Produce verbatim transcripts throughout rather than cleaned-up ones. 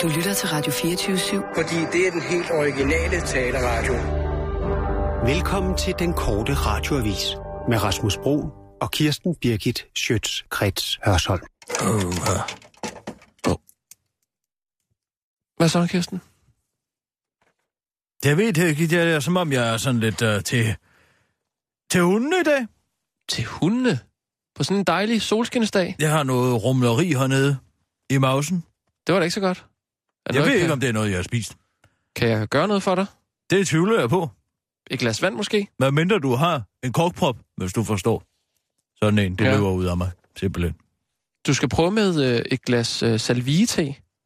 Du lytter til Radio fireogtyve syv. Fordi det er den helt originale taleradio. Velkommen til den korte radioavis med Rasmus Bro og Kirsten Birgit Schøtz-Krets Hørsholm. Uh, uh. Oh. Hvad så, Kirsten? Jeg ved ikke, det er som om jeg er sådan lidt uh, til, til hunde i dag. Til hunde? På sådan en dejlig solskinsdag? Jeg har noget rumleri hernede i mausen. Det var da ikke så godt. Jeg ved ikke, kan... om det er noget, jeg har spist. Kan jeg gøre noget for dig? Det tvivler jeg på. Et glas vand måske? Hvad mindre du har en korkprop, hvis du forstår. Sådan en, det ja. løber ud af mig, simpelthen. Du skal prøve med øh, et glas øh, salvie-te.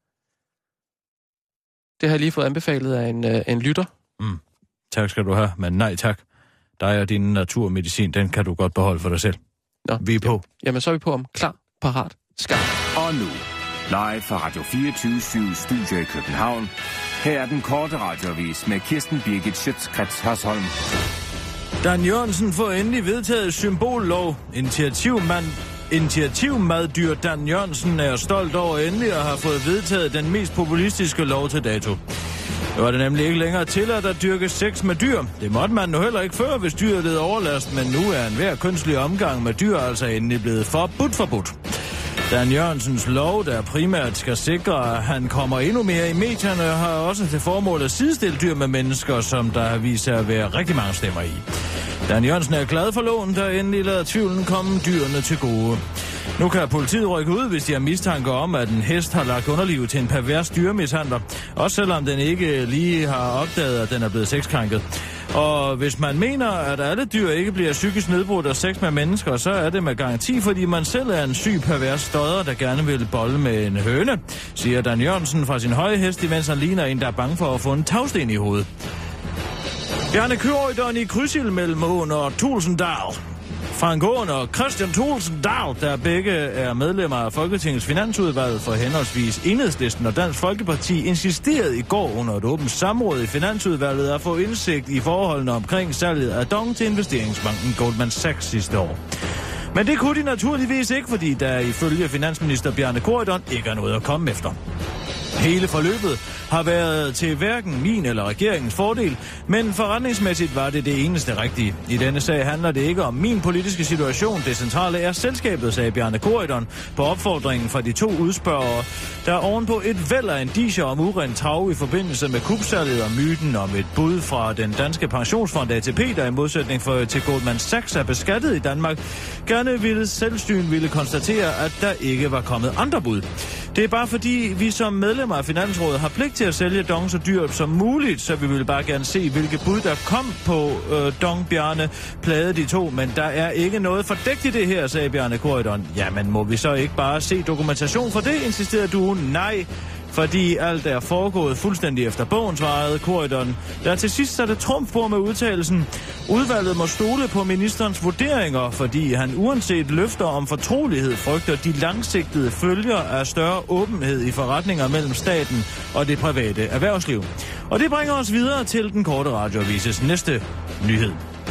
Det har jeg lige fået anbefalet af en, øh, en lytter. Mm. Tak skal du have, men nej tak. Dig og din naturmedicin, den kan du godt beholde for dig selv. Nå, vi er på. Jamen, så er vi på om klar, parat, skarp. Og nu, live fra Radio fireogtyve syv Studio i København. Her er den korte radioavis med Kirsten Birgit Schøtz-Krets Hørsholm. Dan Jørgensen får endelig vedtaget symbollov. Initiativmand, initiativmaddyr Dan Jørgensen er stolt over endelig at have fået vedtaget den mest populistiske lov til dato. Det var det nemlig ikke længere tilladt at dyrke sex med dyr. Det måtte man nu heller ikke før, hvis dyret led overlast, men nu er enhver kønslig omgang med dyr altså endelig blevet forbudt forbudt. Dan Jørgensens lov, der primært skal sikre, at han kommer endnu mere i medierne, har også til formål at sidestille dyr med mennesker, som der har vist sig at være rigtig mange stemmer i. Dan Jørgensen er glad for loven, der endelig lader tvivlen komme dyrene til gode. Nu kan politiet rykke ud, hvis de har mistanke om, at en hest har lagt underliv til en pervers dyremishandler, også selvom den ikke lige har opdaget, at den er blevet sexkrænket. Og hvis man mener, at alle dyr ikke bliver psykisk nedbrudt af sex med mennesker, så er det med garanti, fordi man selv er en syg pervers stodder, der gerne vil bolle med en høne, siger Dan Jørgensen fra sin høje hest, imens han ligner en, der er bange for at få en tagsten i hovedet. Bjarne Køreøjderen i krydsild mellem Åen og Tulsendal. Frank Aaen og Christian Thulesen Dahl, der begge er medlemmer af Folketingets Finansudvalg for henholdsvis Enhedslisten og Dansk Folkeparti, insisterede i går under et åbent samråd i Finansudvalget at få indsigt i forholdene omkring salget af Dong til investeringsbanken Goldman Sachs sidste år. Men det kunne de naturligvis ikke, fordi der ifølge finansminister Bjarne Corydon ikke er noget at komme efter. Hele forløbet har været til hverken min eller regeringens fordel, men forretningsmæssigt var det det eneste rigtige. I denne sag handler det ikke om min politiske situation. Det centrale er selskabet, sagde Bjarne Corydon på opfordringen fra de to udspørgere, der ovenpå et væld af indicier om urent trav i forbindelse med kupsalget og myten om et bud fra den danske pensionsfond A T P, der i modsætning for, til Goldman Sachs er beskattet i Danmark, gerne ville selvsyn ville konstatere, at der ikke var kommet andre bud. Det er bare fordi, vi som medlemmer af Finansrådet har pligt til at sælge Dong så dyrt som muligt, så vi vil bare gerne se, hvilke bud der kom på øh, Dong. Bjarne plagede de to, men der er ikke noget fordækt i det her, sagde Bjarne Corydon. Jamen, må vi så ikke bare se dokumentation for det, insisterede du. Nej, fordi alt er foregået fuldstændig efter bogen, svarede Corydon, der til sidst satte trumf på med udtalelsen. Udvalget må stole på ministerens vurderinger, fordi han uanset løfter om fortrolighed frygter de langsigtede følger af større åbenhed i forretninger mellem staten og det private erhvervsliv. Og det bringer os videre til den korte radioavises næste nyhed.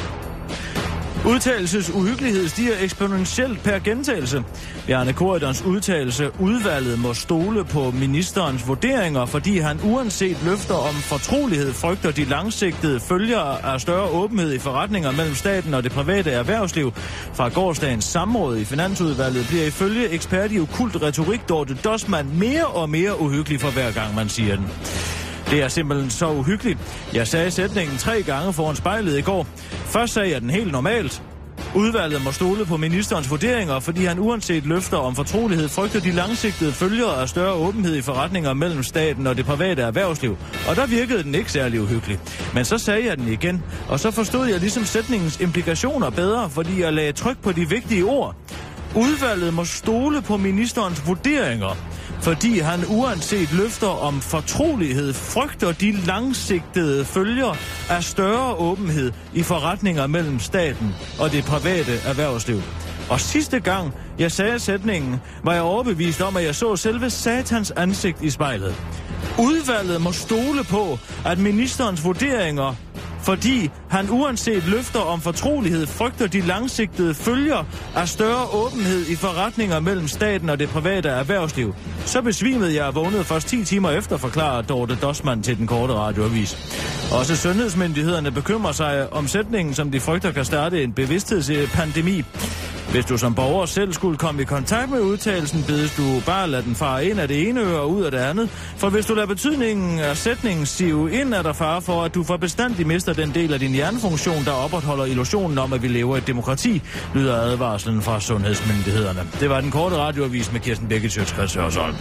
Udtalelses uhyggelighed stiger eksponentielt per gentagelse. Bjarne Corydons udtalelse, udvalget må stole på ministerens vurderinger, fordi han uanset løfter om fortrolighed frygter de langsigtede følger af større åbenhed i forretninger mellem staten og det private erhvervsliv. Fra gårsdagens samråd i Finansudvalget bliver ifølge ekspert i okkult retorik Dorte Dossmann mere og mere uhyggelig for hver gang man siger den. Det er simpelthen så uhyggeligt. Jeg sagde sætningen tre gange foran spejlet i går. Først sagde jeg den helt normalt. Udvalget må stole på ministerens vurderinger, fordi han uanset løfter om fortrolighed frygter de langsigtede følgere af større åbenhed i forretninger mellem staten og det private erhvervsliv. Og der virkede den ikke særlig uhyggelig. Men så sagde jeg den igen, og så forstod jeg ligesom sætningens implikationer bedre, fordi jeg lagde tryk på de vigtige ord. Udvalget må stole på ministerens vurderinger, fordi han uanset løfter om fortrolighed frygter de langsigtede følger af større åbenhed i forretninger mellem staten og det private erhvervsliv. Og sidste gang jeg sagde sætningen, var jeg overbevist om, at jeg så selve satans ansigt i spejlet. Udvalget må stole på, at ministerens vurderinger fordi han uanset løfter om fortrolighed frygter de langsigtede følger af større åbenhed i forretninger mellem staten og det private erhvervsliv. Så besvimede jeg og vågnede først ti timer efter, forklarer Dorte Dossmann til den korte radioavis. Også sundhedsmyndighederne bekymrer sig om sætningen, som de frygter kan starte en bevidsthedspandemi. Hvis du som borger selv skulle komme i kontakt med udtalelsen, bedes du bare lade den fare ind af det ene øre og ud af det andet. For hvis du lader betydningen af sætningen sive ind, er der fare for, at du for bestandig mister den del af din hjernefunktion, der opretholder illusionen om, at vi lever i et demokrati, lyder advarslen fra sundhedsmyndighederne. Det var den korte radioavis med Kirsten Birgit Schøtz-Krets Hørsholm.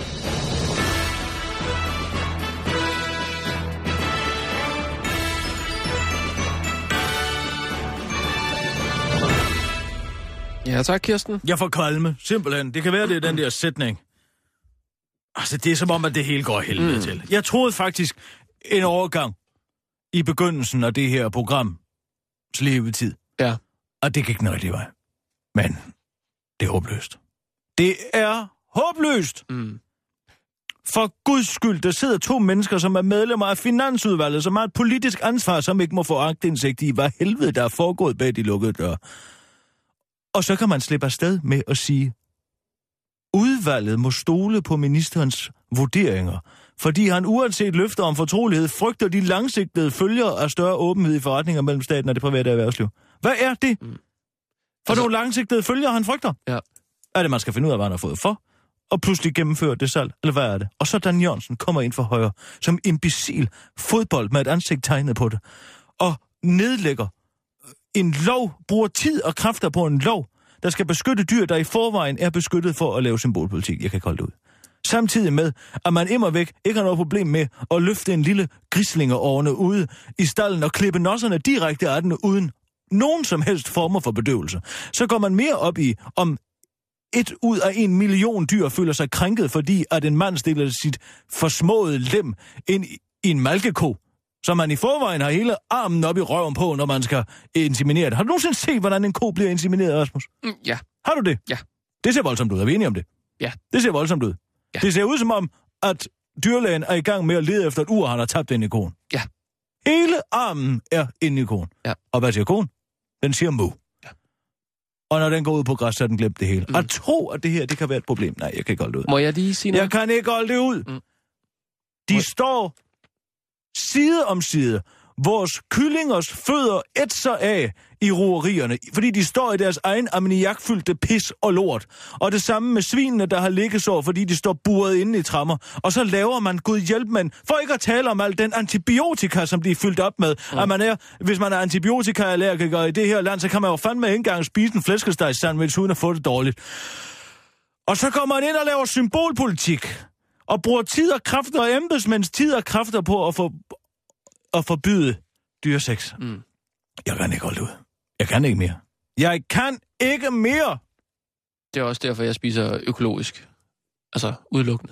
Ja, tak, Kirsten. Jeg får kvalme, simpelthen. Det kan være, det er den der sætning. Altså, det er som om, at det hele går helvede mm. til. Jeg troede faktisk en overgang i begyndelsen af det her program, levetid. Ja. Og det gik den rigtige vej. Men det er håbløst. Det er håbløst! Mm. For guds skyld, der sidder to mennesker, som er medlemmer af Finansudvalget, som har et politisk ansvar, som ikke må få aktindsigt i, hvad helvede der er foregået bag de lukkede døre. Og så kan man slippe afsted med at sige, udvalget må stole på ministerens vurderinger, fordi han uanset løfter om fortrolighed frygter de langsigtede følger af større åbenhed i forretninger mellem staten og det private erhvervsliv. Hvad er det? Mm. For altså, nogle langsigtede følger, han frygter? Ja. Er det, man skal finde ud af, hvad han har fået for, og pludselig gennemføre det selv? Eller hvad er det? Og så Dan Jørgensen kommer ind for højre, som imbecil fodbold med et ansigt tegnet på det, og nedlægger en lov, bruger tid og kræfter på en lov, der skal beskytte dyr, der i forvejen er beskyttet for at lave symbolpolitik. Jeg kan ikke holde det ud. Samtidig med, at man immervæk ikke har noget problem med at løfte en lille grislingeårne ude i stallen og klippe nosserne direkte af den uden nogen som helst former for bedøvelse. Så går man mere op i, om et ud af en million dyr føler sig krænket, fordi at en mand stiller sit forsmåede lem ind i en malkeko, så man i forvejen har hele armen op i røven på, når man skal inseminere det. Har du nogensinde set, hvordan en ko bliver insemineret, Rasmus? Mm, ja. Har du det? Ja. Det ser voldsomt ud. Er vi enige om det? Ja. Det ser voldsomt ud. Ja. Det ser ud som om, at dyrlægen er i gang med at lede efter et ur, han har tabt den i koen. Ja. Hele armen er inde i koen. Ja. Og hvad siger koen? Den siger mu. Ja. Og når den går ud på græs, så har den glemt det hele. Mm. At tro, at det her det kan være et problem. Nej, jeg kan ikke holde det ud. Må jeg lige sige noget? Jeg kan ikke holde det ud. Mm. De Må... står side om side. Vores kyllingers fødder ætser af i roerierne, fordi de står i deres egen ammoniakfyldte pis og lort. Og det samme med svinene, der har liggesår, fordi de står buret inde i trammer. Og så laver man, gud hjælp mand, for ikke at tale om al den antibiotika, som de er fyldt op med. Mm. At man er, hvis man er antibiotika-allergiker i det her land, så kan man jo fandme ikke engang spise en flæskesteg-sandwich uden at få det dårligt. Og så kommer man ind og laver symbolpolitik. Og bruger tid og kræfter og embedsmænds tid og kræfter på at få... at forbyde dyresex. Mm. Jeg kan ikke holde ud. Jeg kan ikke mere. Jeg kan ikke mere! Det er også derfor, jeg spiser økologisk. Altså, udelukkende.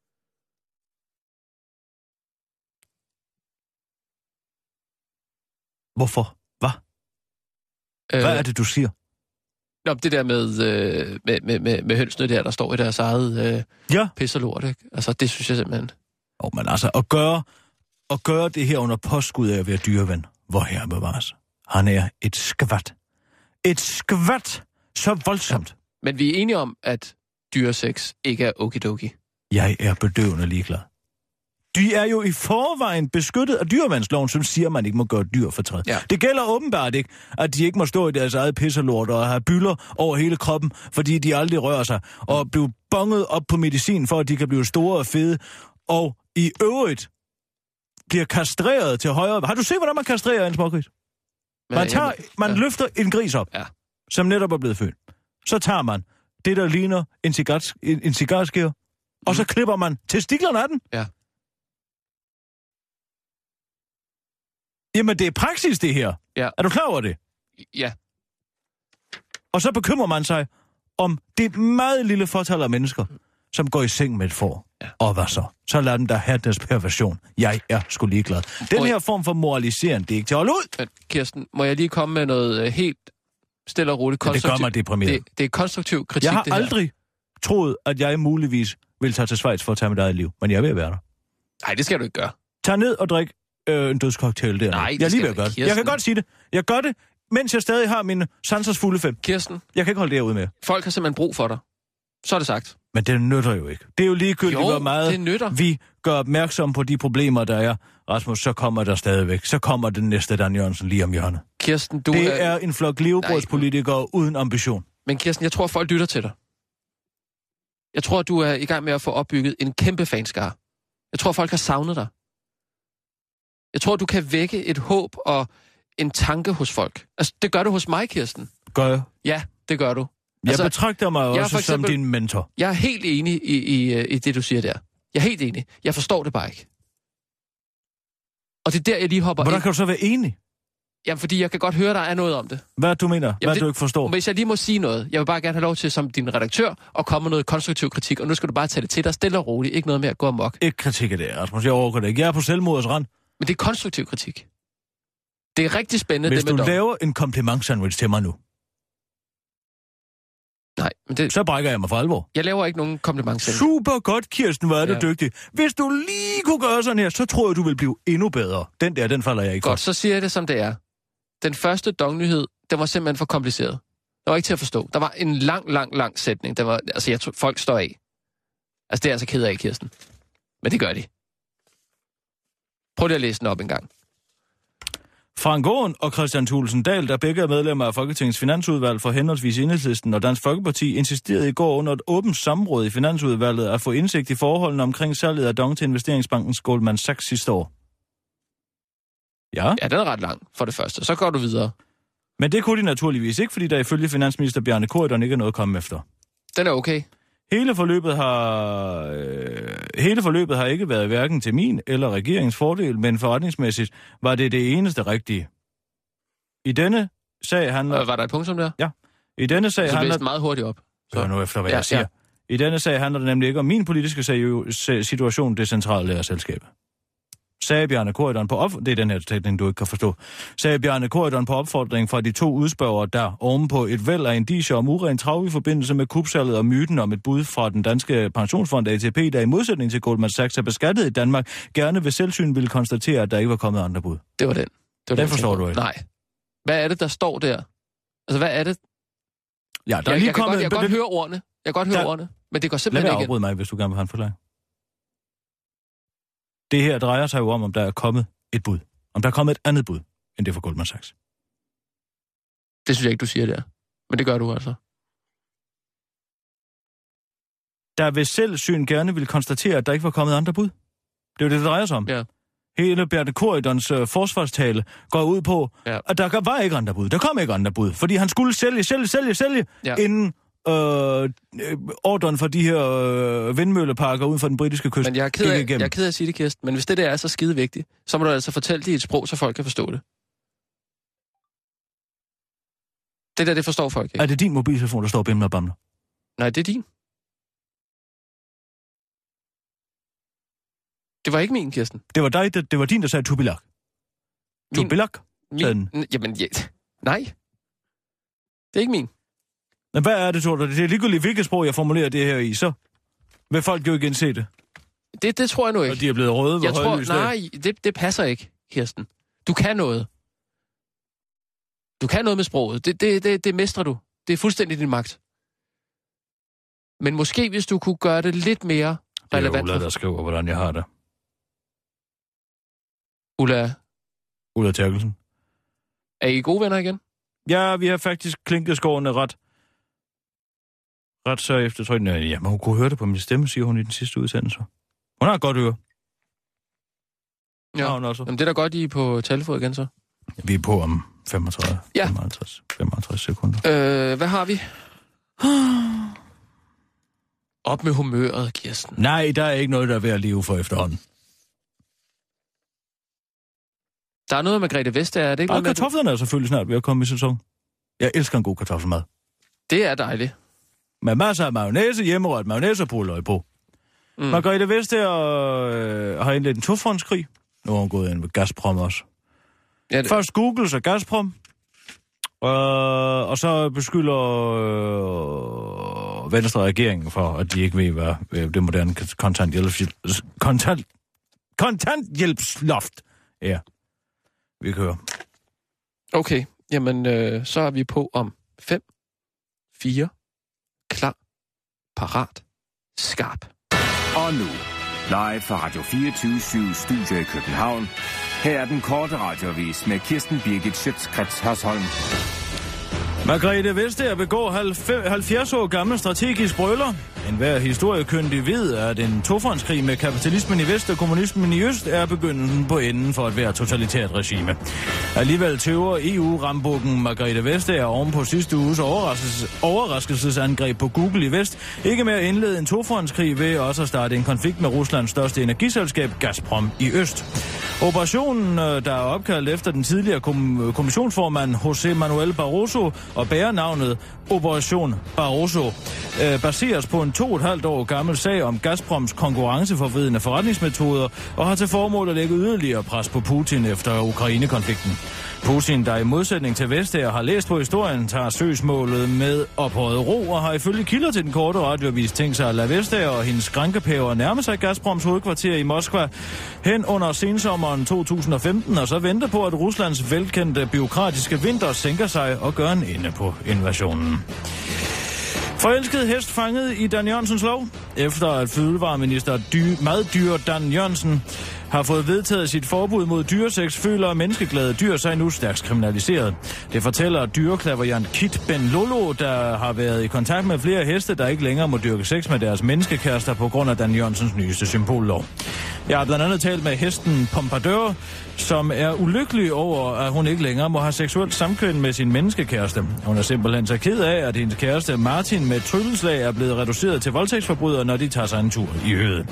Hvorfor? Hvad? Øh, Hvad er det, du siger? Nå, det der med, øh, med, med, med, med hønsene der, der står i deres eget øh, ja. pis og lort, ikke? Altså, det synes jeg simpelthen... Åh, oh, men altså, at gøre... Og gøre det her under påskud af at være dyreven, hvor her bevares. Han er et skvat. Et skvat! Så voldsomt. Ja. Men vi er enige om, at dyresex ikke er okidoki. Jeg er bedøvende ligeglad. De er jo i forvejen beskyttet af dyrevandsloven, som siger, at man ikke må gøre dyr fortræd. Ja. Det gælder åbenbart ikke, at de ikke må stå i deres eget pisselort og have bylder over hele kroppen, fordi de aldrig rører sig, og blive bonget op på medicin, for at de kan blive store og fede, og i øvrigt bliver kastreret til højre. Har du set, hvordan man kastrerer en smågris? Man, tager, man ja. løfter en gris op, ja. som netop er blevet født. Så tager man det, der ligner en, cigaret, en, en cigarskære, mm. og så klipper man testiklerne af den. Ja. Jamen, det er praksis, det her. Ja. Er du klar over det? Ja. Og så bekymrer man sig om det meget lille fortal af mennesker, som går i seng med et får. Ja. Og hvad så? Så lad dem da have deres perversion. Jeg er sgu ligeglad. Den må her jeg... form for moralisering, det er ikke til at holde ud. Men, Kirsten, må jeg lige komme med noget helt stille og roligt konstruktivt? Ja, det gør mig deprimeret. Det, det er konstruktiv kritik, Jeg har det her. aldrig troet, at jeg muligvis vil tage til Schweiz for at tage mit eget liv. Men jeg er ved at være der. Nej, det skal du ikke gøre. Tag ned og drik øh, en dødskocktail der. Nej, jeg er lige ved at gøre det. Jeg kan godt sige det. Jeg gør det, mens jeg stadig har mine sansers fulde fem. Kirsten. Jeg kan ikke holde det herude med. Folk har simpelthen brug for dig. Så er det sagt. Men det nytter jo ikke. Det er jo ligegyldigt, jo, hvor meget vi gør opmærksom på de problemer, der er. Rasmus, så kommer der stadigvæk. Så kommer den næste Dan Jørgensen lige om hjørnet. Kirsten, du det er... er en flok levebrødspolitikere uden ambition. Men Kirsten, jeg tror, folk lytter til dig. Jeg tror, du er i gang med at få opbygget en kæmpe fanskare. Jeg tror, folk har savnet dig. Jeg tror, du kan vække et håb og en tanke hos folk. Altså, det gør du hos mig, Kirsten. Gør jeg? Ja, det gør du. Jeg altså, betragter mig også eksempel, som din mentor. Jeg er helt enig i, i, i det, du siger der. Jeg er helt enig. Jeg forstår det bare ikke. Og det er der, jeg lige hopper Hvordan ind. kan du så være enig? Jamen, fordi jeg kan godt høre, der er noget om det. Hvad du mener? Hvad Jamen, det, du ikke forstår? Hvis jeg lige må sige noget. Jeg vil bare gerne have lov til, som din redaktør, at komme med noget konstruktiv kritik. Og nu skal du bare tage det til dig stille og roligt. Ikke noget med at gå amok. Ikke kritik af det, Rasmus. Jeg overgår det ikke. Jeg er på selvmordets rand. Men det er konstruktiv kritik. Det er rigtig spændende. Hvis det med du dog. laver en kompliment-sandwich til mig nu, Nej, men det... så brækker jeg mig for alvor. Jeg laver ikke nogen kompliment. Super godt, Kirsten, hvor er du ja. dygtig. Hvis du lige kunne gøre sådan her, så tror jeg, du vil blive endnu bedre. Den der, den falder jeg ikke Godt, for. så siger jeg det, som det er. Den første dongnyhed, den var simpelthen for kompliceret. Det var ikke til at forstå. Der var en lang, lang, lang sætning. Der var, altså, jeg tror, folk står af. Altså, det er altså ked af, Kirsten. Men det gør de. Prøv lige at læse den op en gang. Frank Aaen og Christian Thulesen Dahl, der begge er medlemmer af Folketingets Finansudvalg for henholdsvis Enhedslisten og Dansk Folkeparti, insisterede i går under et åbent samråd i Finansudvalget at få indsigt i forholdene omkring salget af Dong til investeringsbanken Goldman Sachs sidste år. Ja. Ja, den er ret lang, for det første. Så går du videre. Men det kunne de naturligvis ikke, fordi der ifølge finansminister Bjarne Corydon ikke er noget at komme efter. Den er okay. Hele forløbet har øh, hele forløbet har ikke været hverken til min eller regeringens fordel, men forretningsmæssigt var det det eneste rigtige. I denne sag handler... Og var der et punktum der? Ja. I denne sag så handler... Så meget hurtigt op. Så hør nu efter, hvad ja, jeg siger. Ja. I denne sag handler det nemlig ikke om min politiske situation, det centrale lærerselskab. Sagde Bjarne Corydon på op... Det er den her sætning, du ikke kan forstå. Sagde Bjarne Corydon på opfordring fra de to udspørgere, der ovenpå et væld af indicier om uren trav i forbindelse med kupsalget og myten om et bud fra den danske pensionsfond A T P, der i modsætning til Goldman Sachs er beskattet i Danmark, gerne ved selvsyn ville konstatere, at der ikke var kommet andre bud. Det var den. Det var den, den forstår du ikke. Nej. Hvad er det, der står der? Altså, hvad er det? Ja, der jeg, er lige jeg, kommet... Kan godt, jeg kan godt høre ordene. Jeg kan godt høre der... ordene. Men det går simpelthen Lad ikke... Lad mig afbryde mig, hvis du gerne vil have en forklaring. Det her drejer sig jo om, om der er kommet et bud. Om der er kommet et andet bud, end det for Goldman Sachs. Det synes jeg ikke, du siger der. Men det gør du altså. Der ved selvsyn gerne vil konstatere, at der ikke var kommet andre bud. Det er jo det, det drejer sig om. Ja. Hele Bjarne Corydons øh, forsvarstale går ud på, ja. at der var ikke andre bud. Der kom ikke andre bud, fordi han skulle sælge, sælge, sælge, sælge, ja. inden øh, ordren for de her øh, vindmølleparker uden for den britiske kyst. Men jeg er ked af, jeg er ked af at sige det, Kirsten, men hvis det der er så skide vigtigt, så må du altså fortælle det i et sprog, så folk kan forstå det. Det der, det forstår folk ikke. Er det din mobiltelefon, der står og bimler og bamler? Nej, det er din. Det var ikke min, Kirsten. Det var dig, det, det var din, der sagde tubilak. Tubilak? Min, min, jamen, ja, nej. Det er ikke min. Men hvad er det, tror du? Det er ligegyldigt, hvilket sprog jeg formulerer det her i, så vil folk jo igen se det. Det, det tror jeg nu ikke. Og de er blevet røde ved jeg tror, højlys. Nej, det, det passer ikke, Kirsten. Du kan noget. Du kan noget med sproget. Det, det, det, det mestrer du. Det er fuldstændig din magt. Men måske, hvis du kunne gøre det lidt mere relevant... Det er Ulla, der skriver, hvordan jeg har det. Ulla... Ulla Terkelsen. Er I gode venner igen? Ja, vi har faktisk klinket skårene ret... Ret så efter, tror jeg. Ja, men hun kunne høre det på min stemme, siger hun i den sidste udsendelse. Hun har et godt øre. Ja, hun også. Jamen, det er da godt, I er på talefod igen, så. Vi er på om femogtredive, ja. femoghalvtreds, femoghalvtreds sekunder. Øh, hvad har vi? Op med humøret, Kirsten. Nej, der er ikke noget, der er ved at leve for efterhånden. Der er noget med Grete Vestager, er det ikke? Og kartoflerne er selvfølgelig snart ved at komme i sæson. Jeg elsker en god kartoffelmad. Det er dejligt. Med masser af mayonnaise, hjemmerørt mayonnaise og purløg på. Mm. Margrethe Vestager øh, har indledt en tofrontskrig. Nu har hun gået ind med Gazprom også. Ja, det... Først Google, så Gazprom. Øh, og så beskylder øh, Venstre regeringen for, at de ikke ved, hvad det moderne kontanthjælps, kontant, kontanthjælpsloft Ja, vi kører. Okay, jamen øh, så er vi på om fem, fire, klar, parat, skarp. Og nu, live fra Radio fireogtyve syv Studio i København. Her er den korte radioavis med Kirsten Birgit Schøtz-Krets Hørsholm. Margrethe Vestager begår halvfjerds år gammel strategisk brøler. En hver historiekyndig ved, at en tofrontskrig med kapitalismen i vest og kommunismen i øst er begyndelsen på enden for et hvert totalitært regime. Alligevel tøver E U-rambukken Margrethe Vestager oven på sidste uges overraskelses- overraskelsesangreb på Google i vest ikke med at indlede en tofrontskrig ved også at starte en konflikt med Ruslands største energiselskab Gazprom i øst. Operationen, der er opkaldt efter den tidligere kom- kommissionsformand José Manuel Barroso og bærer navnet Operation Barroso, øh, baseres på en to og et halvt år gammel sag om Gazproms konkurrenceforvridende forretningsmetoder og har til formål at lægge yderligere pres på Putin efter Ukraine-konflikten. Putin, der i modsætning til Vestager har læst på historien, tager søgsmålet med ophøjet ro og har ifølge kilder til den korte radioavis tænkt sig at lade Vestager og hendes skrankepæver nærme sig Gazproms hovedkvarter i Moskva hen under sensommeren to tusind og femten, og så vente på, at Ruslands velkendte byråkratiske vinter sænker sig og gør en ende på invasionen. Forelsket hest fanget i Dan Jørgensens lov. Efter at fødevareminister dy- maddyr Dan Jørgensen har fået vedtaget sit forbud mod dyresex, føler menneskeglade dyr sig nu stærkt kriminaliseret. Det fortæller dyreklaverjant Kit Ben Lolo, der har været i kontakt med flere heste, der ikke længere må dyrke sex med deres menneskekærester på grund af Dan Jørgensens nyeste symbollov. Jeg har blandt andet talt med hesten Pompadour, som er ulykkelig over, at hun ikke længere må have seksuelt samkvem med sin menneskekæreste. Hun er simpelthen så ked af, at hendes kæreste Martin med trylleslag er blevet reduceret til voldtægtsforbrydere, når de tager sig en tur i øget.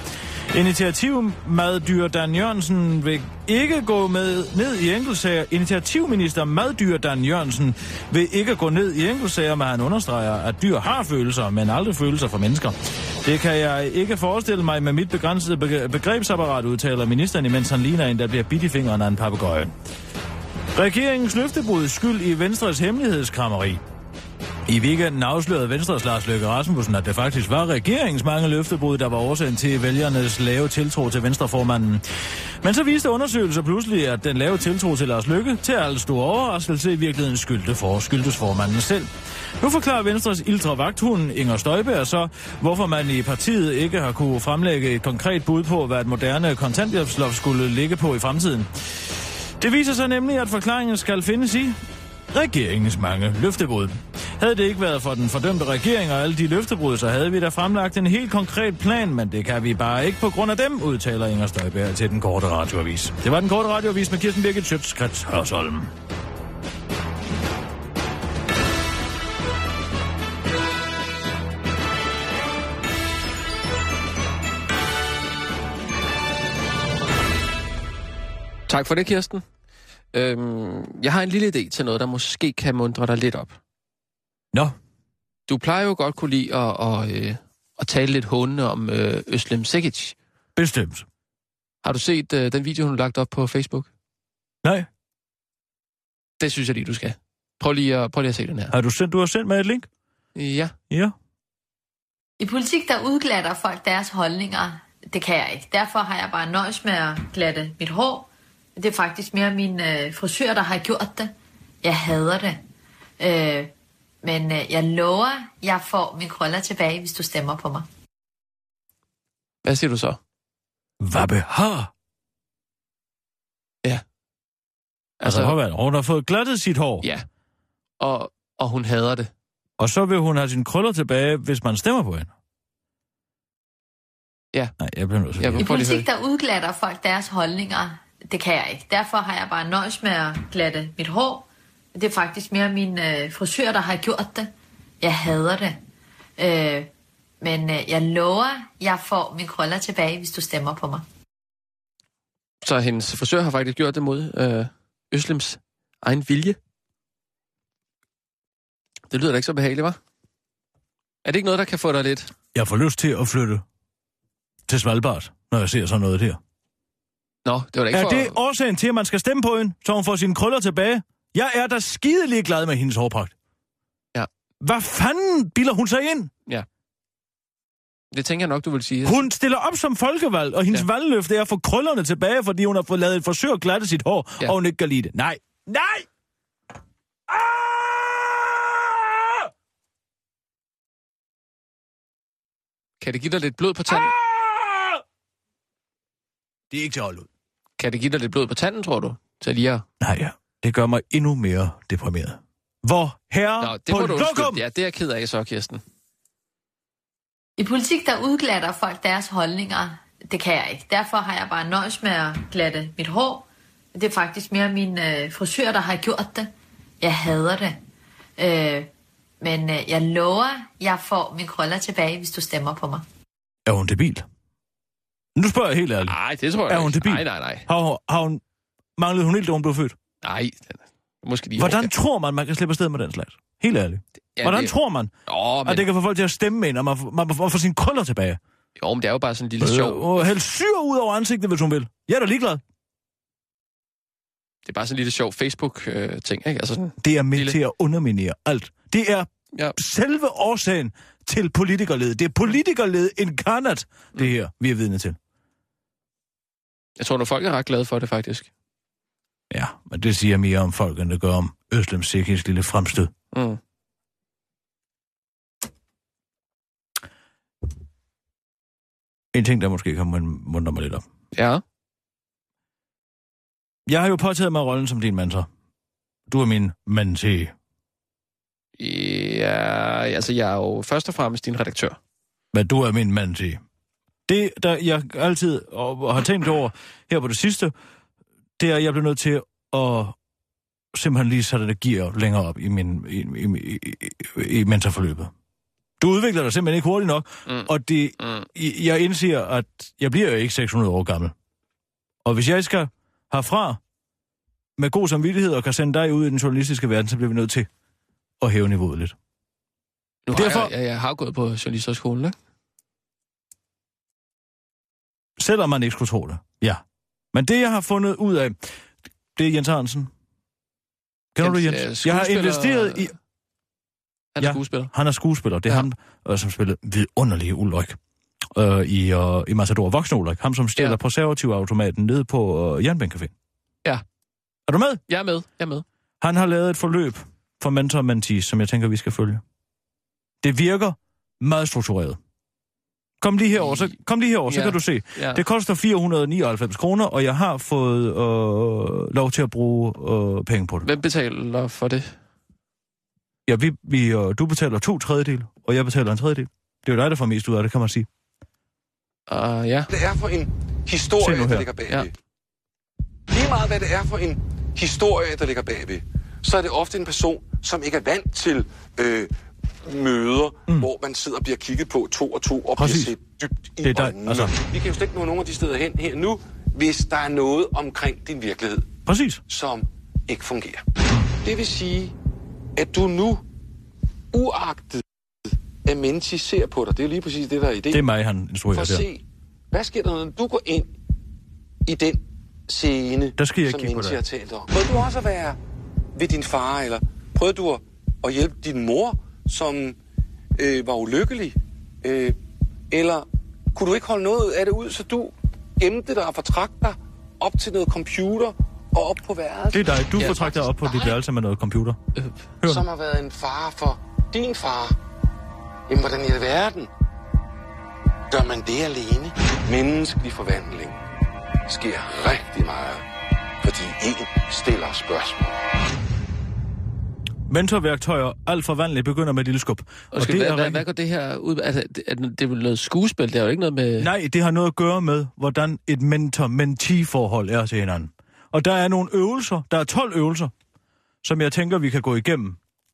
Initiativmaddyr Dan Jørgensen vil ikke gå med ned i enkeltsager. Initiativminister Maddyr Dan Jørgensen vil ikke gå ned i enkeltsager, men han understreger, at dyr har følelser, men aldrig følelser for mennesker. Det kan jeg ikke forestille mig med mit begrænsede begrebsapparat, udtaler ministeren, imens han ligner en, der bliver bidt i fingeren af en papegøje. Regeringens løftebrud skyld i Venstres hemmelighedskrammeri. I weekenden afslørede Venstres Lars Løkke Rasmussen, at det faktisk var regeringens mange løftebrud, der var årsagen til vælgernes lave tiltro til Venstreformanden. Men så viste undersøgelser pludselig, at den lave tiltro til Lars Løkke til alt stor overraskelse i virkeligheden skyldte for, skyldtes formanden selv. Nu forklarer Venstres ildre vagthund Inger Støjberg så, hvorfor man i partiet ikke har kunne fremlægge et konkret bud på, hvad et moderne kontanthjælpsloft skulle ligge på i fremtiden. Det viser sig nemlig, at forklaringen skal findes i regeringens mange løftebrud. Havde det ikke været for den fordømte regering og alle de løftebrud, så havde vi da fremlagt en helt konkret plan, men det kan vi bare ikke på grund af dem, udtaler Inger Støjberg til den korte radioavis. Det var den korte radioavis med Kirsten Birgit Schøtz-Krets Hørsholm. Tak for det, Kirsten. Øhm, jeg har en lille idé til noget, der måske kan muntre dig lidt op. Nå. Du plejer jo godt kunne lide at, at, at, at tale lidt hånende om øh, Özlem Cekic. Bestemt. Har du set øh, den video, hun har lagt op på Facebook? Nej. Det synes jeg lige, du skal. Prøv lige at, prøv lige at se den her. Har du sendt, du har sendt mig et link? Ja. Ja. I politik, der udglatter folk deres holdninger. Det kan jeg ikke. Derfor har jeg bare nøjes med at glatte mit hår. Det er faktisk mere min øh, frisør, der har gjort det. Jeg hader det. Øh, men øh, jeg lover, jeg får min krøller tilbage, hvis du stemmer på mig. Hvad siger du så? Hvad behar? Ja. Altså, altså hun har fået glattet sit hår. Ja. Og, og hun hader det. Og så vil hun have sine krøller tilbage, hvis man stemmer på hende. Ja. Nej, jeg bliver nødt til I politik, der udglatter folk deres holdninger. Det kan jeg ikke. Derfor har jeg bare nøjes med at glatte mit hår. Det er faktisk mere min øh, frisør, der har gjort det. Jeg hader det. Øh, men øh, jeg lover, jeg får min krøller tilbage, hvis du stemmer på mig. Så hendes frisør har faktisk gjort det mod øh, Özlems egen vilje. Det lyder da ikke så behageligt, hva'? Er det ikke noget, der kan få dig lidt? Jeg får lyst til at flytte til Svalbard, når jeg ser sådan noget der. Nå, det var da ikke er for... Er det årsagen til, at man skal stemme på hende, så hun får sine krøller tilbage? Jeg er da skidelig glad med hendes hårpragt. Ja. Hvad fanden bilder hun sig ind? Ja. Det tænker jeg nok, du vil sige. Hun stiller op som folkevalg, og hendes Ja. valgløfte er at få krøllerne tilbage, fordi hun har fået lavet et forsøg at glatte sit hår, Ja. og hun ikke kan lide det. Nej! Nej! Ah! Kan det give dig lidt blod på tanden? Ah! Det er ikke til at holde ud. Kan det give dig lidt blod på tanden, tror du? Til lige at... Nej, ja. Det gør mig endnu mere deprimeret. Hvor herre Nå, det på må du lokum! undskylde. Ja, det er jeg ked af så, Kirsten. I politik, der udglatter folk deres holdninger. Det kan jeg ikke. Derfor har jeg bare nøjes med at glatte mit hår. Det er faktisk mere min øh, frisør, der har gjort det. Jeg hader det. Øh, men øh, jeg lover, jeg får min krøller tilbage, hvis du stemmer på mig. Er hun debil? Nu spørger jeg helt ærligt. Nej, det tror jeg Er hun ikke. debil? Nej, nej, nej. Har, hun- har hun manglet hun helt, da hun blev født? Nej, måske lige... Hvordan overgave. tror man, man kan slippe afsted med den slags? Helt ærligt. Ja, Hvordan det... tror man, Åh, men... at det kan få folk til at stemme ind, og man, man, man får sine krøller tilbage? Jo, men det er jo bare sådan en lille sjov... Øh, og hælde syre ud over ansigtet, hvis hun vil. Jeg er da ligeglad. Det er bare sådan en lille sjov Facebook-ting, ikke? Altså sådan... Det er med Lille. til at underminere alt. Det er Ja. selve årsagen til politikerled. Det er politikerled inkarnat, det her, vi er vidne til. Jeg tror, at folk er ret glade for det, faktisk. Ja, men det siger mere om folk, end det gør om Øslem Sikkes lille fremstød. Mm. En ting, der måske kan mundre mig lidt op. Ja. Jeg har jo påtaget mig rollen som din mentor. Du er min mentee. Ja, altså jeg er jo først og fremmest din redaktør. Men du er min mentee. Det, der jeg altid og har tænkt over her på det sidste, det er, at jeg bliver nødt til at simpelthen lige sætte det gear længere op i, min, i, i, i, i mentorforløbet. Du udvikler dig simpelthen ikke hurtigt nok, Mm. og det, Mm. jeg indser, at jeg bliver jo ikke seks hundrede år gammel. Og hvis jeg skal herfra med god samvittighed og kan sende dig ud i den journalistiske verden, så bliver vi nødt til at hæve niveauet lidt. Nu har Derfor- jeg, jeg, jeg har gået på journalisterskolen, ikke? Selvom man ikke skulle tro det. Ja. Men det, jeg har fundet ud af, det er Jens Arnsen. Kender du Jens, Jens? øh, Jeg har skuespiller- investeret i... Han er Ja. skuespiller. Han er skuespiller. Det er Ja. ham, øh, som spillede vidunderlige Ulrik øh, i, øh, i Matador. Voksen Ulrik. Ham, som stiller Ja. ja. preservativautomaten nede på øh, Jernbanecafé. Ja. Er du med? Jeg er med, jeg er med. Han har lavet et forløb for mentor og mentees, som jeg tænker, vi skal følge. Det virker meget struktureret. Kom lige herover, så, kom lige herover, så Ja. kan du se. Ja. Det koster fire hundrede og nioghalvfems kroner, og jeg har fået øh, lov til at bruge øh, penge på det. Hvem betaler for det? Ja, vi, vi, øh, du betaler to tredjedel, og jeg betaler en tredjedel. Det er jo dig, der får mest ud af det, kan man sige. Uh, ja. Det er for en Se historie, nu her. der ligger bagved. Ja. Lige meget hvad det er for en historie, der ligger bagved, så er det ofte en person, som ikke er vant til øh, møder, mm. hvor man sidder og bliver kigget på to og to og Præcis. bliver set dybt i Det er dig, øjnene. altså. Vi kan jo slet ikke nå nogen af de steder hen her nu, hvis der er noget omkring din virkelighed, Præcis. som ikke fungerer. Det vil sige, at du nu, uagtet at Menti ser på dig, det er lige præcis det, der er idé. Det er mig, han For instruerer at der. se, hvad sker der, når du går ind i den scene, Der skal jeg som kigge på Menti det. har talt om. Prøvede du også at være ved din far, eller prøvede du at, at hjælpe din mor, som øh, var ulykkelig? Øh, eller kunne du ikke holde noget af det ud, så du gemte dig og fortrak dig op til noget computer og op på værelset? Det er dig. Du Ja, får trækket dig op på dit værelse med noget computer. Øh, Hør Som nu. har været en far for din far. Jamen, hvordan i alverden gør man det alene? Menneskelig forvandling sker rigtig meget, fordi en stiller spørgsmål. Mentorværktøjer, alt forvandlet, begynder med et lille skub. og skal, det hvad, er hvad, rigtig- hvad går det her ud? Altså, det, er, det er vel noget skuespil? Det er jo ikke noget med... Nej, det har noget at gøre med, hvordan et mentor-mentee-forhold er til hinanden. Og der er nogle øvelser, der er tolv øvelser, som jeg tænker, vi kan gå igennem.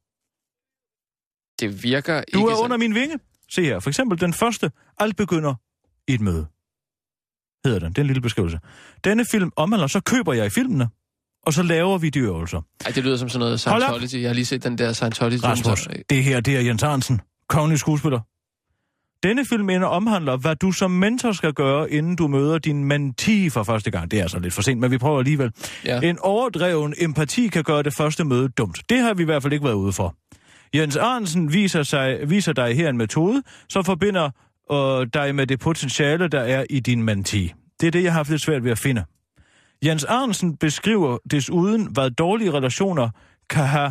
Det virker Du ikke er sådan. under min vinge. Se her, for eksempel den første, alt begynder i et møde. Hedder den, det er en lille beskrivelse. Denne film omhandler, så køber jeg i filmene, og så laver vi de øvelser. Ej, det lyder som sådan noget Hold op. Scientology. Jeg har lige set den der Scientology. Rasmus, det her, det er Jens Arnsen, kongelig skuespiller. Denne film ender omhandler, hvad du som mentor skal gøre, inden du møder din mentee for første gang. Det er altså lidt for sent, men vi prøver alligevel. Ja. En overdreven empati kan gøre det første møde dumt. Det har vi i hvert fald ikke været ude for. Jens Arnsen viser, sig, viser dig her en metode, som forbinder øh, dig med det potentiale, der er i din menti. Det er det, jeg har haft lidt svært ved at finde. Jens Arnsen beskriver desuden, hvad dårlige relationer kan have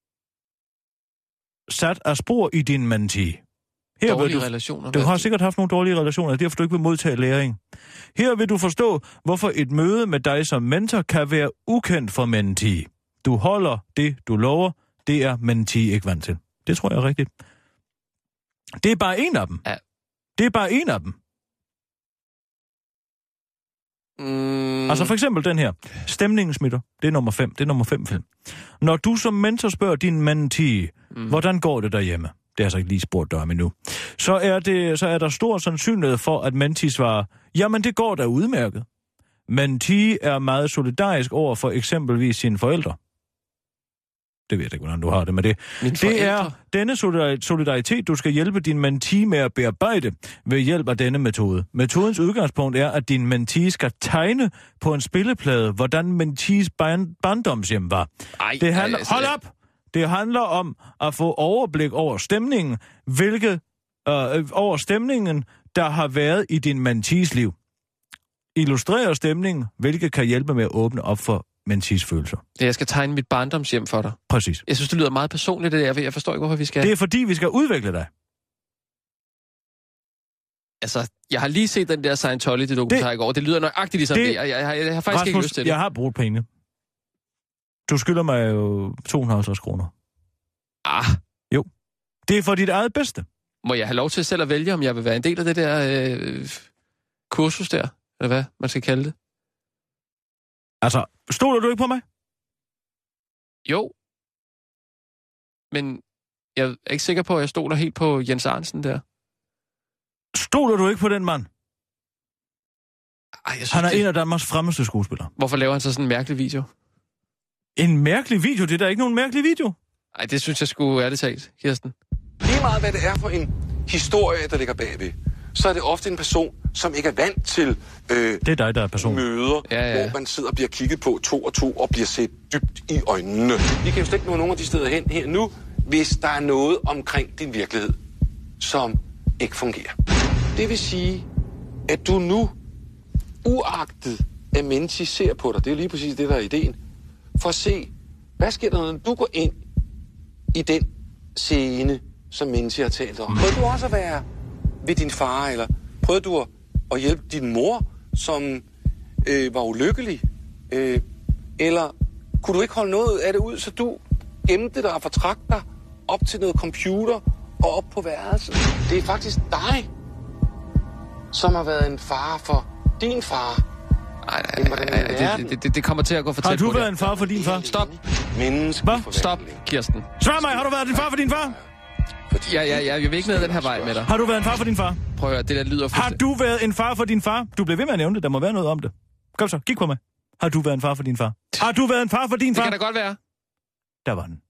sat af spor i din menti. Her Dårlige du, relationer? Du har sikkert haft nogle dårlige relationer, derfor du ikke vil modtage læring. Her vil du forstå, hvorfor et møde med dig som mentor kan være ukendt for menti. Du holder det, du lover. Det er menti ikke vant til. Det tror jeg er rigtigt. Det er bare en af dem. Ja. Det er bare en af dem. Mm. Altså for eksempel den her. Stemningen smitter. Det er nummer fem. Det er nummer fem film. Når du som mentor spørger din menti, mm. hvordan går det derhjemme? Det har jeg så ikke lige spurgt dig om endnu. Så er, det, så er der stor sandsynlighed for, at menti svarer, jamen det går da udmærket. Menti er meget solidarisk over for eksempelvis sine forældre. Det ved jeg ikke, hvordan du har det med det. Det er denne solidaritet, du skal hjælpe din menti med at bearbejde ved hjælp af denne metode. Metodens udgangspunkt er, at din menti skal tegne på en spilleplade, hvordan mentis barndomshjem var. Ej, det handler, ej, altså, hold op! Det handler om at få overblik over stemningen, hvilke, øh, over stemningen, der har været i din mentis liv. Illustrerer stemningen, hvilket kan hjælpe med at åbne op for mentis følelser. Jeg skal tegne mit barndomshjem for dig. Præcis. Jeg synes, det lyder meget personligt, det der. Jeg forstår ikke, hvorfor vi skal... Det er fordi, vi skal udvikle dig. Altså, jeg har lige set den der Scientology-dokumentar i går. Det lyder nøjagtigt ligesom det. det. Jeg, jeg, jeg, jeg har faktisk Rasmus, ikke lyst til det. Jeg har brugt penge. Du skylder mig jo to hundrede og halvtreds kroner. Ah. Jo. Det er for dit eget bedste. Må jeg have lov til selv at vælge, om jeg vil være en del af det der øh, kursus der? Eller hvad man skal kalde det? Altså, stoler du ikke på mig? Jo. Men jeg er ikke sikker på, at jeg stoler helt på Jens Arnsen der. Stoler du ikke på den mand? Ej, jeg synes, han er det... en af Danmarks fremmeste skuespillere. Hvorfor laver han så sådan en mærkelig video? En mærkelig video? Det er da ikke nogen mærkelig video. Nej, det synes jeg skulle ærligt talt, Kirsten. Lige meget hvad det er for en historie, der ligger bagved, så er det ofte en person, som ikke er vant til øh, det er dig, der er person. møder, ja, ja. hvor man sidder og bliver kigget på to og to og bliver set dybt i øjnene. Vi kan jo slet ikke nå nogen af de steder hen her nu, hvis der er noget omkring din virkelighed, som ikke fungerer. Det vil sige, at du nu, uagtet at menti ser på dig, det er lige præcis det, der er ideen, for at se, hvad sker der, når du går ind i den scene, som menti har talt om. Prøvede du også at være ved din far, eller prøvede du at, at hjælpe din mor, som øh, var ulykkelig? Øh, eller kunne du ikke holde noget af det ud, så du gemte dig og fortrak dig op til noget computer og op på værelset? Det er faktisk dig, som har været en far for din far. Nej, nej, nej, det, det, det kommer til at gå for tæt på. Har du været en far for din far? Stop. Hvad? Stop, Kirsten. Svar mig, har du været en far for din far? Ja, ja, ja, jeg vil ikke ned den her vej med dig. Har du været en far for din far? Prøv at høre, det der lyder Har du været en far for din far? Du bliver ved med at nævne det, der må være noget om det. Kom så, kig på mig. Har du været en far for din far? Har du været en far for din far? Det kan da godt være. Der var den.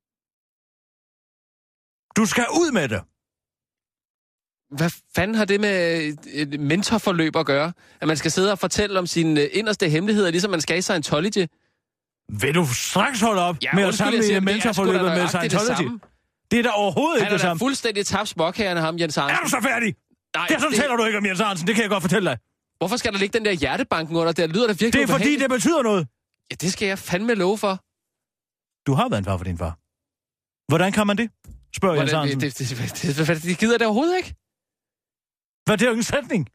Du skal ud med det. Hvad fanden har det med et mentorforløb at gøre? At man skal sidde og fortælle om sine inderste hemmeligheder, ligesom man skal i Scientology? Vil du straks holde op ja, med at sammenligne mentorforløbet med Scientology? Det, det er da overhovedet han ikke det samme. Han er da fuldstændig tabt småkagerne, ham Jens Arnsen. Er du så færdig? Nej, det, sådan det... taler du ikke om Jens Arnsen, det kan jeg godt fortælle dig. Hvorfor skal der ligge den der hjertebanken under? Det lyder da virkelig Det er ubehageligt. fordi, det betyder noget. Ja, det skal jeg fandme love for. Du har været en far for din far. Hvordan kan man det? Spørger Jens Arnsen. Det, det, det, det, det, det gider det overhovedet ikke. Hvad er det jo en sætning?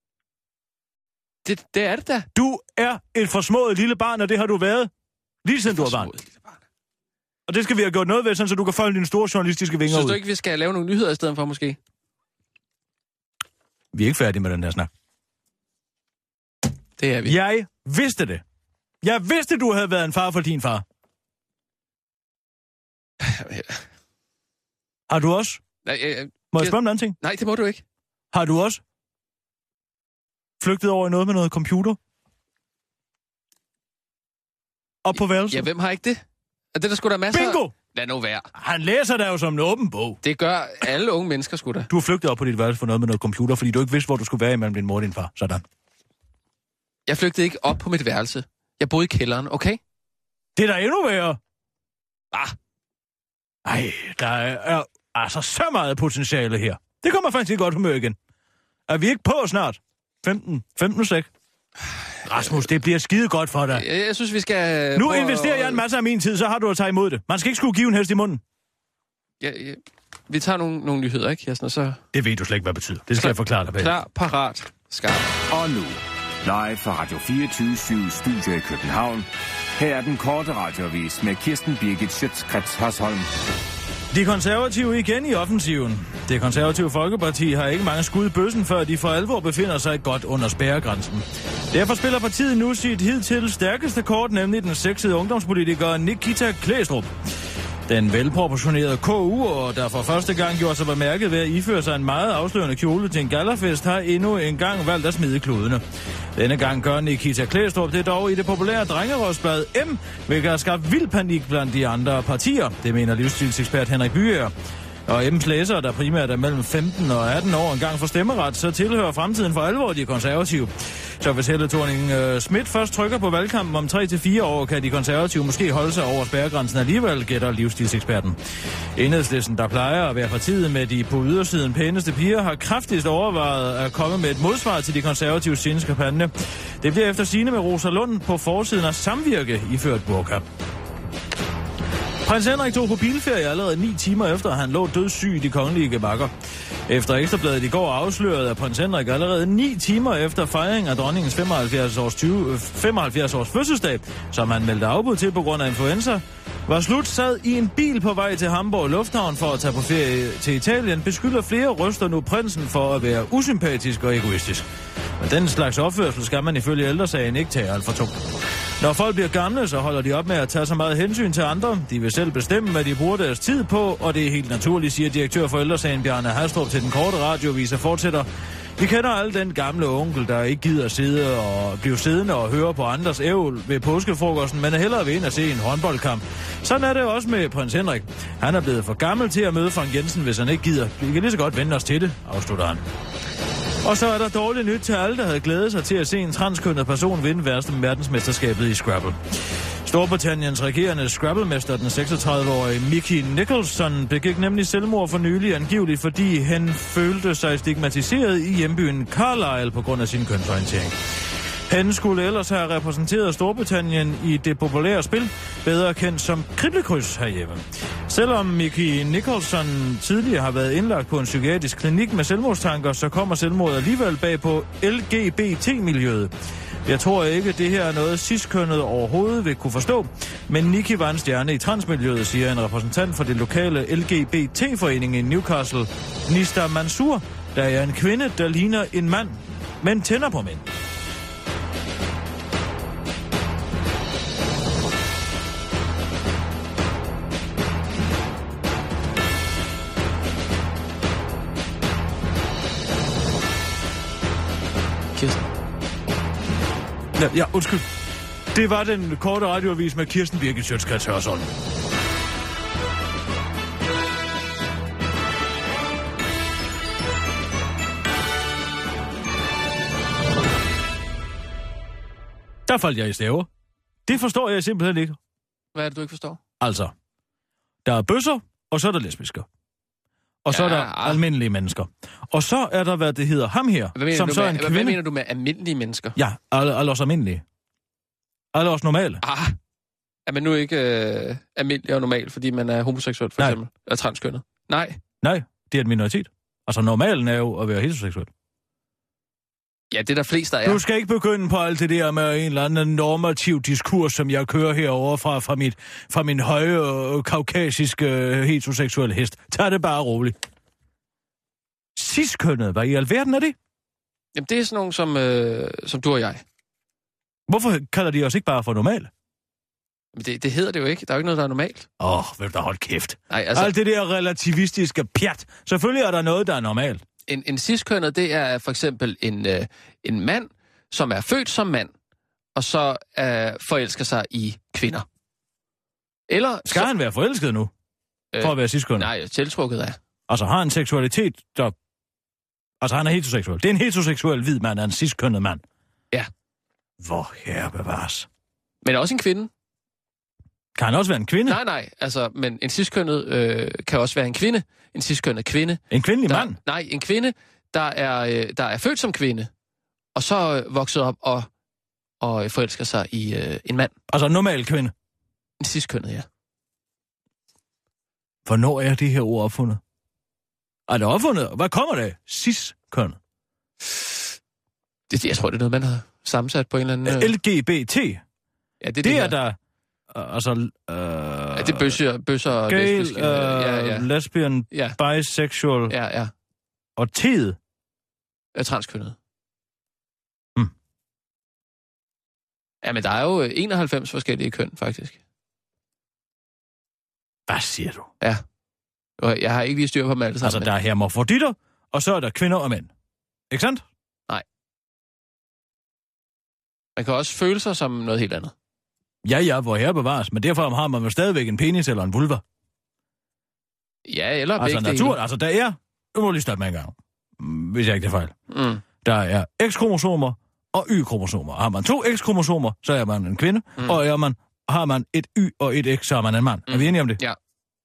Det, det er det da. Du er et forsmået lille barn, og det har du været. Lige siden du var barn. Og det skal vi have gjort noget ved, sådan, så du kan folde dine store journalistiske vinger ud. Synes du ikke, vi skal lave nogle nyheder i stedet for, måske? Vi er ikke færdige med den her snak. Det er vi. Jeg vidste det. Jeg vidste, du havde været en far for din far. Har du også? Nej, jeg, jeg, må jeg spørge om en anden ting? Nej, det må du ikke. Har du også flygtet over i noget med noget computer? Op på værelset? Ja, hvem har ikke det? Er det der sgu da masser? Bingo! Lad nu være. Han læser der jo som en åben bog. Det gør alle unge mennesker sgu da. Du har flygtet op på dit værelse for noget med noget computer, fordi du ikke vidste, hvor du skulle være imellem din mor og din far. Sådan. Jeg flygtede ikke op på mit værelse. Jeg boede i kælderen, okay? Det er da endnu værre. Ah. Ej, der er altså så meget potentiale her. Det kommer faktisk i godt humør igen. Er vi ikke på snart? femten, femten sek. Rasmus, det bliver skide godt for dig. Jeg, jeg synes, vi skal... Nu investerer jeg en masse af min tid, så har du at tage imod det. Man skal ikke skulle give en hest i munden. Ja, ja. Vi tager nogle, nogle nyheder, ikke, Kirsten? Så... Det ved du slet ikke, hvad det betyder. Det skal klar, jeg forklare dig bag. Klar, parat, skarp. Og nu, live fra Radio fireogtyve syv Studio i København. Her er den korte radioavis med Kirsten Birgit Schøtz-Krets Hørsholm. De konservative igen i offensiven. Det konservative Folkeparti har ikke mange skud i bøssen, før de for alvor befinder sig godt under spærregrænsen. Derfor spiller partiet nu sit hidtil stærkeste kort, nemlig den sexede ungdomspolitiker Nikita Klæstrup. Den velproportionerede K U, der for første gang gjorde sig bemærket ved at iføre sig en meget afslørende kjole til en gallafest, har endnu en gang valgt at smide kludene. Denne gang gør Nikita Klæstrup det dog i det populære drengerådsblad M, hvilket har skabt vild panik blandt de andre partier. Det mener livsstilsekspert Henrik Byer. Og M's læsere, der primært er mellem femten og atten år engang for stemmeret, så tilhører fremtiden for alvor de konservative. Så hvis Helle Thorning uh, Schmidt først trykker på valgkampen om tre til fire år, kan de konservative måske holde sig over spærregrænsen alligevel, gætter livsstilseksperten. Enhedslisten, der plejer at være partiet med de på ydersiden pæneste piger, har kraftigst overvejet at komme med et modsvar til de konservative seneste kampagne. Det bliver efter sigende med Rosa Lund på forsiden af Samvirke iført burka. Prins Henrik tog på bilferie allerede ni timer efter, at han lå dødssyg i de kongelige gebakker. Efter Ekstrabladet i går afslørede, at prins Henrik allerede ni timer efter fejring af dronningens femoghalvfjerds års fødselsdag, som han meldte afbud til på grund af influenza, var slut sad i en bil på vej til Hamburg Lufthavn for at tage på ferie til Italien, beskylder flere røster nu prinsen for at være usympatisk og egoistisk. Men den slags opførsel skal man ifølge ældresagen ikke tage alt for tungt. Når folk bliver gamle, så holder de op med at tage så meget hensyn til andre. De vil selv bestemme, hvad de bruger deres tid på, og det er helt naturligt, siger direktør for ældresagen Bjarne Hastrup til den korte radioavis og fortsætter. Vi kender alle den gamle onkel, der ikke gider sidde og blive siddende og høre på andres ævl ved påskefrokosten, men er hellere ved at se en håndboldkamp. Sådan er det også med prins Henrik. Han er blevet for gammel til at møde Frank Jensen, hvis han ikke gider. Vi kan lige så godt vente os til det, afslutter han. Og så er der dårligt nyt til alle, der havde glædet sig til at se en transkønnet person vinde værste verdensmesterskabet i Scrabble. Storbritanniens regerende Scrabble-mester, den seksogtredive-årige Mickey Nicholson, begik nemlig selvmord for nylig angiveligt, fordi han følte sig stigmatiseret i hjembyen Carlisle på grund af sin kønsorientering. Han skulle ellers have repræsenteret Storbritannien i det populære spil, bedre kendt som Kriblekryds herhjemme. Selvom Mickey Nicholson tidligere har været indlagt på en psykiatrisk klinik med selvmordstanker, så kommer selvmordet alligevel bag på L G B T-miljøet. Jeg tror ikke, det her er noget cis-kønnet overhovedet vil kunne forstå, men Nicky var en stjerne i transmiljøet, siger en repræsentant for det lokale L G B T-forening i Newcastle, Nista Mansour, der er en kvinde, der ligner en mand, men tænder på mænd. Kirsten. Ja, ja, undskyld. Det var den korte radioavis med Kirsten Birgit Schøtz-Krets Hørsholm. Der faldt jeg i staver. Det forstår jeg simpelthen ikke. Hvad er det, du ikke forstår? Altså, der er bøsser, og så er der lesbisker. Og ja, så er der ah. almindelige mennesker. Og så er der, hvad det hedder, ham her, som så er en med, kvinde. Hvad mener du med almindelige mennesker? Ja, alle, alle os almindelige. Alle os normale. Ah, er man nu ikke øh, almindelig og normal, fordi man er homoseksuel, for Nej. eksempel? Eller transkønnet? Nej. Nej, det er en minoritet. Altså, normalen er jo at være heteroseksuel. Ja, det er der flest, der er. Du skal ikke begynde på alt det der med en eller anden normativ diskurs, som jeg kører herover fra, fra, mit, fra min høje og kaukasiske heteroseksuelle hest. Tag det bare roligt. Cis-kønnet, hvad i alverden er det? Jamen, det er sådan nogen som, øh, som du og jeg. Hvorfor kalder de os ikke bare for normale? Men det, det hedder det jo ikke. Der er jo ikke noget, der er normalt. Åh, oh, vil du da holde kæft. Nej, altså... Alt det der relativistiske pjat. Selvfølgelig er der noget, der er normalt. En, en cis-kønnet, det er for eksempel en, øh, en mand, som er født som mand, og så øh, forelsker sig i kvinder. Eller... Skal så, han være forelsket nu? øh, For at være cis-kønnet? Nej, tiltrukket af. Altså har en seksualitet, der... Altså han er heteroseksuel. Det er en heteroseksuel hvid mand, er en cis-kønnet mand. Ja. Hvor herre bevares. Men også en kvinde. Kan han også være en kvinde? Nej, nej. Altså, men en cis-kønnet øh, kan også være en kvinde. En cis-kønnet kvinde. En kvindelig der, mand? Nej, en kvinde, der er, øh, der er født som kvinde, og så øh, vokset op og, og forelsker sig i øh, en mand. Altså en normal kvinde? En ciskønnet, ja. Hvornår er det her ord opfundet? Er det opfundet? Hvad kommer det af? Ciskønnet? Det, jeg tror, det er noget, man har sammensat på en eller anden... Øh... L G B T? Ja, det, det, det er her. der... Uh, altså... Uh, ja, det er bøsser, bøsser og gay, lesbiske... Uh, ja, ja. lesbian, ja. bisexual... Ja, ja. Og T'et? Er transkønnet. Hmm. Ja, men der er jo enoghalvfems forskellige køn, faktisk. Hvad siger du? Ja. Og jeg har ikke lige styr på dem alle sammen. Altså, der er hermafroditter, og så er der kvinder og mænd. Ikke sandt? Nej. Man kan også føle sig som noget helt andet. Ja, ja, hvor her bevares, men derfor har man jo stadigvæk en penis eller en vulva. Ja, eller altså, begge natur, dele. altså, der er... Nu må lige stoppe med en gang, hvis jeg ikke er fejl. Mm. Der er X-kromosomer og Y-kromosomer. Har man to X-kromosomer, så er man en kvinde, mm. og er man, har man et Y og et X, så er man en mand. Mm. Er vi enige om det? Ja.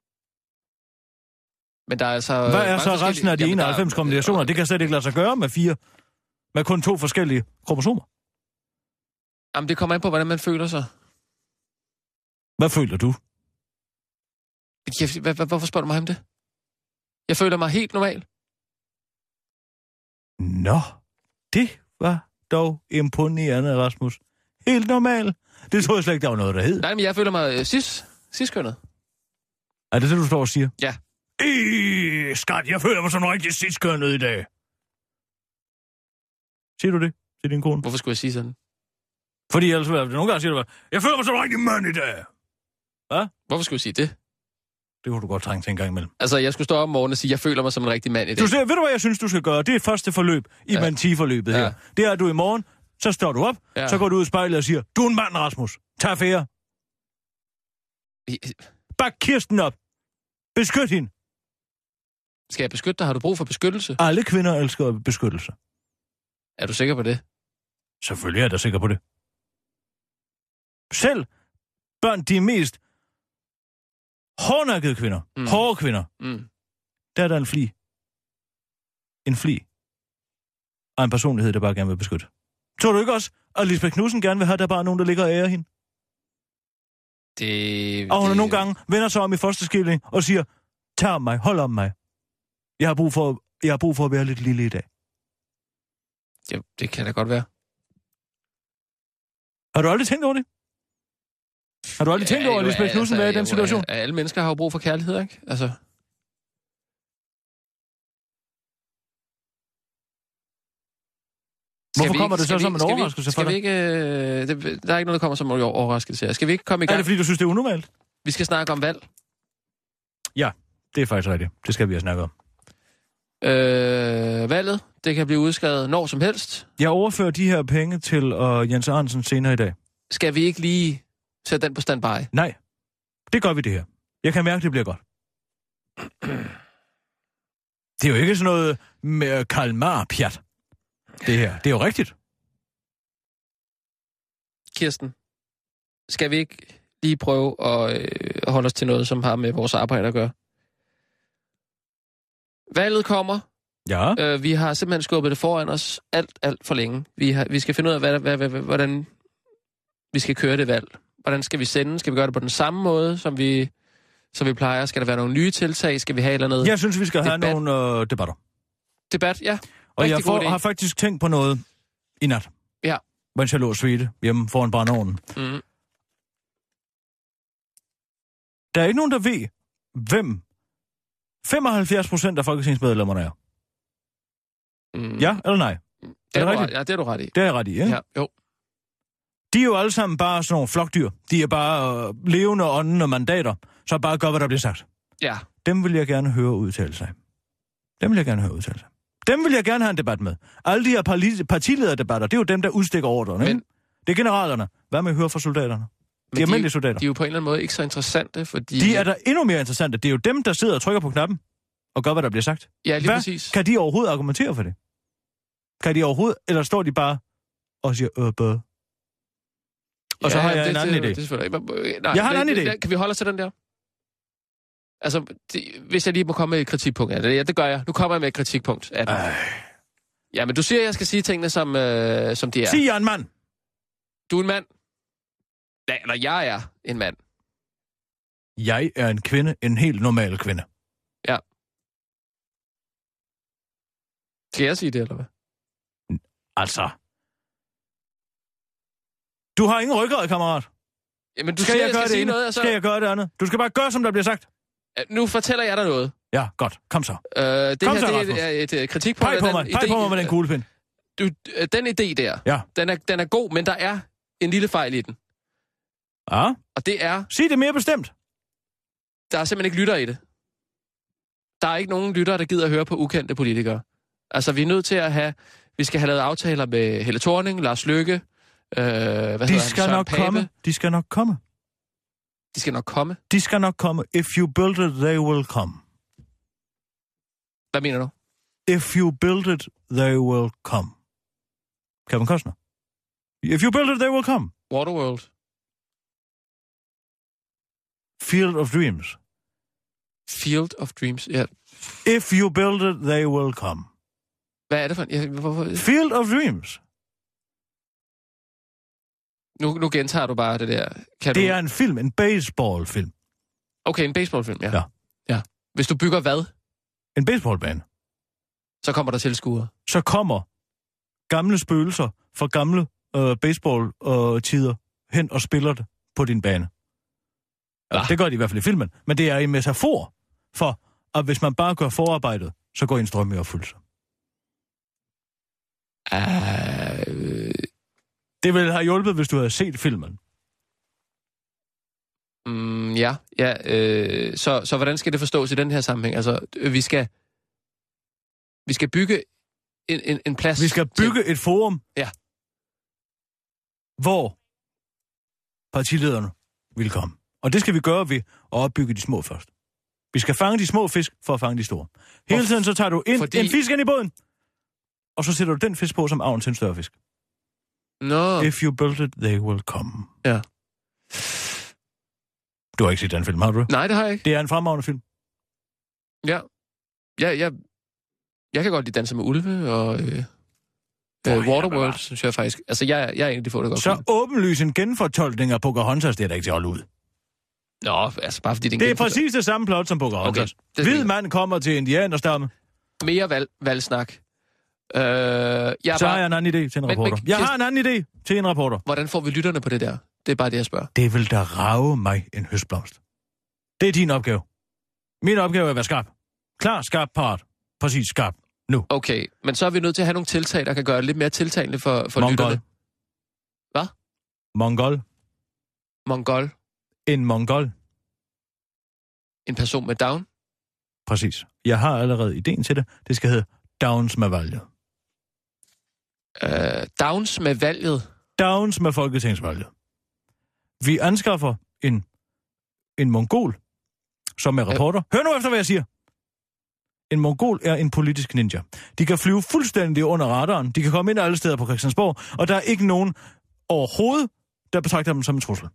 Men der er altså... Hvad er så resten af de jamen, enoghalvfems kombinationer? Det kan slet ikke lade sig gøre med fire, med kun to forskellige kromosomer. Jamen, det kommer an på, hvordan man føler sig. Hvad føler du? Jeg, hvorfor spørger du mig om det? Jeg føler mig helt normal. Nå, det var dog imponerende, Rasmus. Helt normal. Det tror jeg slet ikke, der var noget, der hed. Nej, men jeg føler mig øh, cis, ciskønnet. Er det det, du står og siger? Ja. Ej, skat, jeg føler mig som rigtig ciskønnet i dag. Siger du det til din kone? Hvorfor skulle jeg sige sådan? Fordi ellers vil jeg nogle gange sige, du, jeg føler mig som rigtig mand i dag. Hvad? Hvorfor skulle jeg sige det? Det kunne du godt trænge til en gang imellem. Altså, jeg skulle stå op om morgenen og sige, jeg føler mig som en rigtig mand i dag. Du siger, ved du, hvad jeg synes, du skal gøre? Det er første forløb i ja. Manti-forløbet ja. her. Det er, at du i morgen, så står du op, ja. så går du ud i spejlet og siger, du er en mand, Rasmus. Tag affære. Bak Kirsten op. Beskyt hende. Skal jeg beskytte dig? Har du brug for beskyttelse? Alle kvinder elsker beskyttelse. Er du sikker på det? Selvfølgelig er jeg da sikker på det. Selv børn, de mest hårdnakkede kvinder, mm. hårde kvinder, mm. der er der en fli. En fli. Og en personlighed, der bare gerne vil beskytte. Tror du ikke også, at Lisbeth Knudsen gerne vil have, at der bare er nogen, der ligger og ærer hende? Det... Og hun det... nogle gange vender sig om i første skilling og siger, tag om mig, hold om mig. Jeg har brug for, jeg har brug for at være lidt lille i dag. Ja, det kan da godt være. Har du aldrig tænkt over det? Har du aldrig ja, tænkt over, at Lisbeth Knudsen altså, er i den situation? Ja, alle mennesker har jo brug for kærlighed, ikke? Altså... Hvorfor kommer det så som en overraskelse for dig? Skal vi ikke... Øh, det, der er ikke noget, der kommer som en overraskelse. Skal vi ikke komme i gang? Er det, fordi du synes, det er unormalt? Vi skal snakke om valg. Ja, det er faktisk rigtigt. Det skal vi have snakket om. Øh, valget, det kan blive udskrevet når som helst. Jeg overfører de her penge til uh, Jens Arnsen senere i dag. Skal vi ikke lige sætte den på standby? Nej, det gør vi det her. Jeg kan mærke, det bliver godt. Det er jo ikke sådan noget med Kalmar-pjat. Det her, det er jo rigtigt. Kirsten, skal vi ikke lige prøve at øh, holde os til noget, som har med vores arbejde at gøre? Valget kommer. Ja. Øh, vi har simpelthen skubbet det foran os alt, alt for længe. Vi, har, vi skal finde ud af, hvad, hvad, hvad, hvordan vi skal køre det valg. Hvordan skal vi sende? Skal vi gøre det på den samme måde, som vi, som vi plejer? Skal der være nogle nye tiltag? Skal vi have et eller andet? Jeg synes, vi skal debat? have nogle øh, debatter. Debat, ja. Og jeg får, har faktisk tænkt på noget i nat. Ja. Mens jeg lå svede hjemme foran brændeovnen. Mm. Der er ikke nogen, der ved, hvem femoghalvfjerds procent af folketingsmedlemmerne er. Mm. Ja eller nej? Det er, er det rigtigt? Ja, det er du ret i. Det er jeg ret i, ikke? Ja, jo. De er jo alle sammen bare sådan nogle flokdyr. De er bare øh, levende åndende mandater, så bare gør, hvad der bliver sagt. Ja. Dem vil jeg gerne høre udtale sig. Dem vil jeg gerne høre udtale sig. Dem vil jeg gerne have en debat med. Alle de her partilederdebatter, det er jo dem, der udstikker ordrene. Men... Det er generalerne. Hvad med at høre fra soldaterne? De almindelige soldater. De er jo på en eller anden måde ikke så interessante, fordi... De er da endnu mere interessante. Det er jo dem, der sidder og trykker på knappen og gør, hvad der bliver sagt. Ja, lige hvad? Præcis. Kan de overhovedet argumentere for det? Kan de overhovedet... Eller står de bare og siger, øh, bøh? Og så ja, har jeg det, en anden det, idé. Det, det Nej, jeg har en anden idé. Kan vi holde os til den der? Altså, det, hvis jeg lige må komme med et kritikpunkt af det, ja, det gør jeg. Nu kommer jeg med et kritikpunkt af det. Ja, men du siger, at jeg skal sige tingene, som, øh, som de er. Sig, jeg er en mand. Du er en mand. Ja, eller jeg er en mand. Jeg er en kvinde, en helt normal kvinde. Ja. Skal jeg sige det, eller hvad? Altså. Du har ingen ryggrad, kammerat. Jamen, du skal siger, jeg, jeg gøre skal det sige ene? noget, og så... Skal jeg gøre det andet? Du skal bare gøre, som der bliver sagt. Nu fortæller jeg dig noget. Ja, godt. Kom så. Øh, det Kom her så, det Rasmus. er et, et kritikpunkt. Peg på mig. Peg på mig med den kuglepind. Du, den idé der, ja. den, er, den er god, men der er en lille fejl i den. Ja. Og det er... Sig det mere bestemt. Der er simpelthen ikke lytter i det. Der er ikke nogen lyttere, der gider at høre på ukendte politikere. Altså, vi er nødt til at have... Vi skal have lavet aftaler med Helle Thorning, Lars Løkke, øh, hvad De hedder skal han, nok Pape. komme. De skal nok komme. De skal nok komme. De skal nok komme. If you build it, they will come. Hvad mener du? If you build it, they will come. Kevin Costner. If you build it, they will come. Waterworld. Field of Dreams. Field of Dreams, ja. If you build it, they will come. Hvad er det for en... Ja, hvorfor? Field of Dreams. Nu, nu gentager du bare det der. Kan det du... er en film, en baseballfilm. Okay, en baseballfilm, ja. Ja. ja. Hvis du bygger hvad? En baseballbane. Så kommer der tilskuere. Så kommer gamle spøgelser fra gamle øh, baseball-tider øh, hen og spiller det på din bane. Ja, det gør de i hvert fald i filmen. Men det er en metafor for, at hvis man bare gør forarbejdet, så går en strøm i opfyldelse. Uh... Det ville have hjulpet, hvis du havde set filmen. Mm, ja, ja. Øh, så, så hvordan skal det forstås i den her sammenhæng? Altså, vi skal, vi skal bygge en, en, en plads... Vi skal bygge til... et forum, ja. hvor partilederne vil komme. Og det skal vi gøre ved at opbygge de små først. Vi skal fange de små fisk for at fange de store. Hele tiden så tager du ind, Fordi... en fisk ind i båden, og så sætter du den fisk på som avn til en større fisk. No. If you build it, they will come. Ja. Du har ikke set den film, har du? Nej, det har jeg ikke. Det er en fremragende film. Ja. Ja, jeg, jeg kan godt lide Danser med Ulve, og øh, øh, Waterworld, synes jeg faktisk. Altså, jeg, jeg er en af de få, der godt Så film. åbenlys en genfortolkning af Pocahontas, det er da ikke til at holde ud. Nå, altså bare fordi det er en Det er præcis det samme plot som Pocahontas. Okay, hvid mand kommer til indianerstamme. Mere valg, valgsnak. Øh, jeg så bare... har jeg en anden idé til en men, reporter. Men, jeg har en anden idé til en reporter. Hvordan får vi lytterne på det der? Det er bare det, jeg spørger. Det vil da rage mig en høstblomst. Det er din opgave. Min opgave er at være skarp. Klar, skarp, parat. Præcis, skarp. Nu. Okay, men så er vi nødt til at have nogle tiltag, der kan gøre det lidt mere tiltalende for, for Mongol. lytterne. Hvad? Mongol. Mongol. En mongol. En person med down? Præcis. Jeg har allerede ideen til det. Det skal hedde Downs med valget. Uh, Downs med valget? Downs med folketingsvalget. Vi anskaffer en, en mongol, som er reporter. Uh. Hør nu efter, hvad jeg siger. En mongol er en politisk ninja. De kan flyve fuldstændig under radaren. De kan komme ind alle steder på Christiansborg, og der er ikke nogen overhovedet, der betragter dem som en trussel.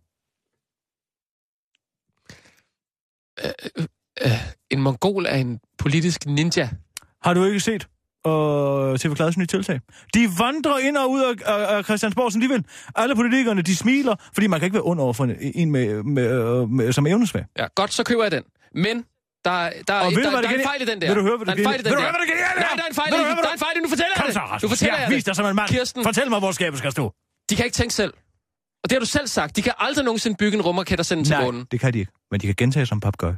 Uh, uh, en mongol er en politisk ninja? Har du ikke set uh, T V Gladys nye tiltag? De vandrer ind og ud af, af, af Christiansborg, som de vil. Alle politikerne, de smiler, fordi man kan ikke være ond over for en, en med, med, med, som evnesvag. Ja, godt, så køber jeg den. Men der, der, og der, du, der, der er en fejl i den der. Vil du høre, hvad der er en fejl i den vil der. du høre, hvad det gælder? Nej, der er en fejl i den. Der er en fejl i den. Nu fortæller jeg det. Kom så, Rasmus. Nu fortæller ja, jeg det. vis dig som en mand. Kirsten. Fortæl mig, hvor skabet skal stå. De kan ikke tænke selv. Og det har du selv sagt. De kan aldrig nogensinde bygge en rumraket og sende til månen. Nej, det kan de ikke. Men de kan gentage som papgøj.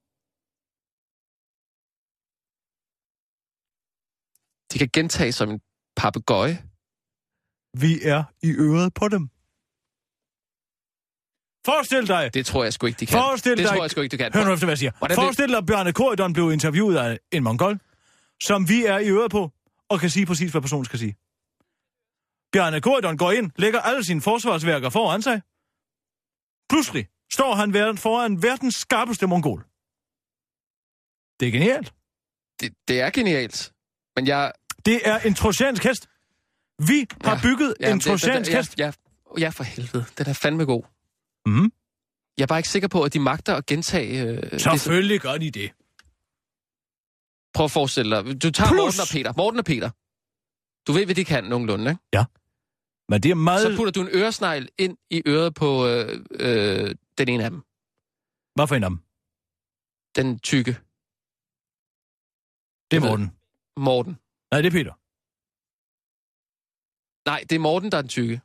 De kan gentage som en papegøje. Vi er i øret på dem. Forestil dig... Det tror jeg sgu ikke, de kan. Forestil det dig... tror jeg sgu ikke, de kan. Hør nu efter, hvad jeg siger. Hvordan Forestil dig, at Bjarne Corydon blev interviewet af en mongol, som vi er i øret på, og kan sige præcis, hvad personen skal sige. Bjarne Corydon går ind, lægger alle sine forsvarsværker foran sig. Pludselig står han foran verdens skarpeste mongol. Det er genialt. Det, det er genialt. Men jeg... Det er en trojansk hest. Vi har ja, bygget ja, en trojansk hest. Ja, ja, ja, for helvede. Den er fandme god. Mm. Jeg er bare ikke sikker på, at de magter at gentage... Øh, Selvfølgelig gør de det. Prøv at forestille dig. Du tager Plus, Morten og Peter. Morten og Peter. Du ved, hvad de kan nogenlunde, ikke? Ja. Men det er meget... Så putter du en øresnegl ind i øret på øh, øh, den ene af dem. Hvad for en af dem? Den tykke. Det er Morten. Morten. Nej, det er Peter. Nej, det er Morten, der er den tykke.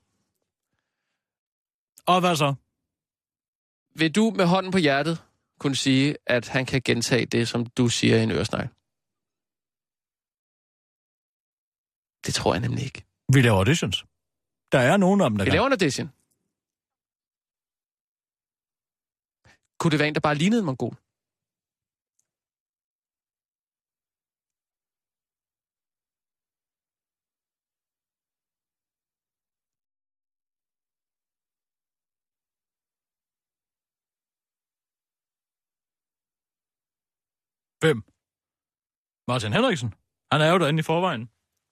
Og hvad så? Vil du med hånden på hjertet kunne sige, at han kan gentage det, som du siger i en øresnegl? Det tror jeg nemlig ikke. Vi laver auditions. Der er nogen af dem, der Vi kan. laver en audition. Kunne det være en, der bare lignede en mongol? Hvem? Martin Henriksen. Han er jo derinde i forvejen.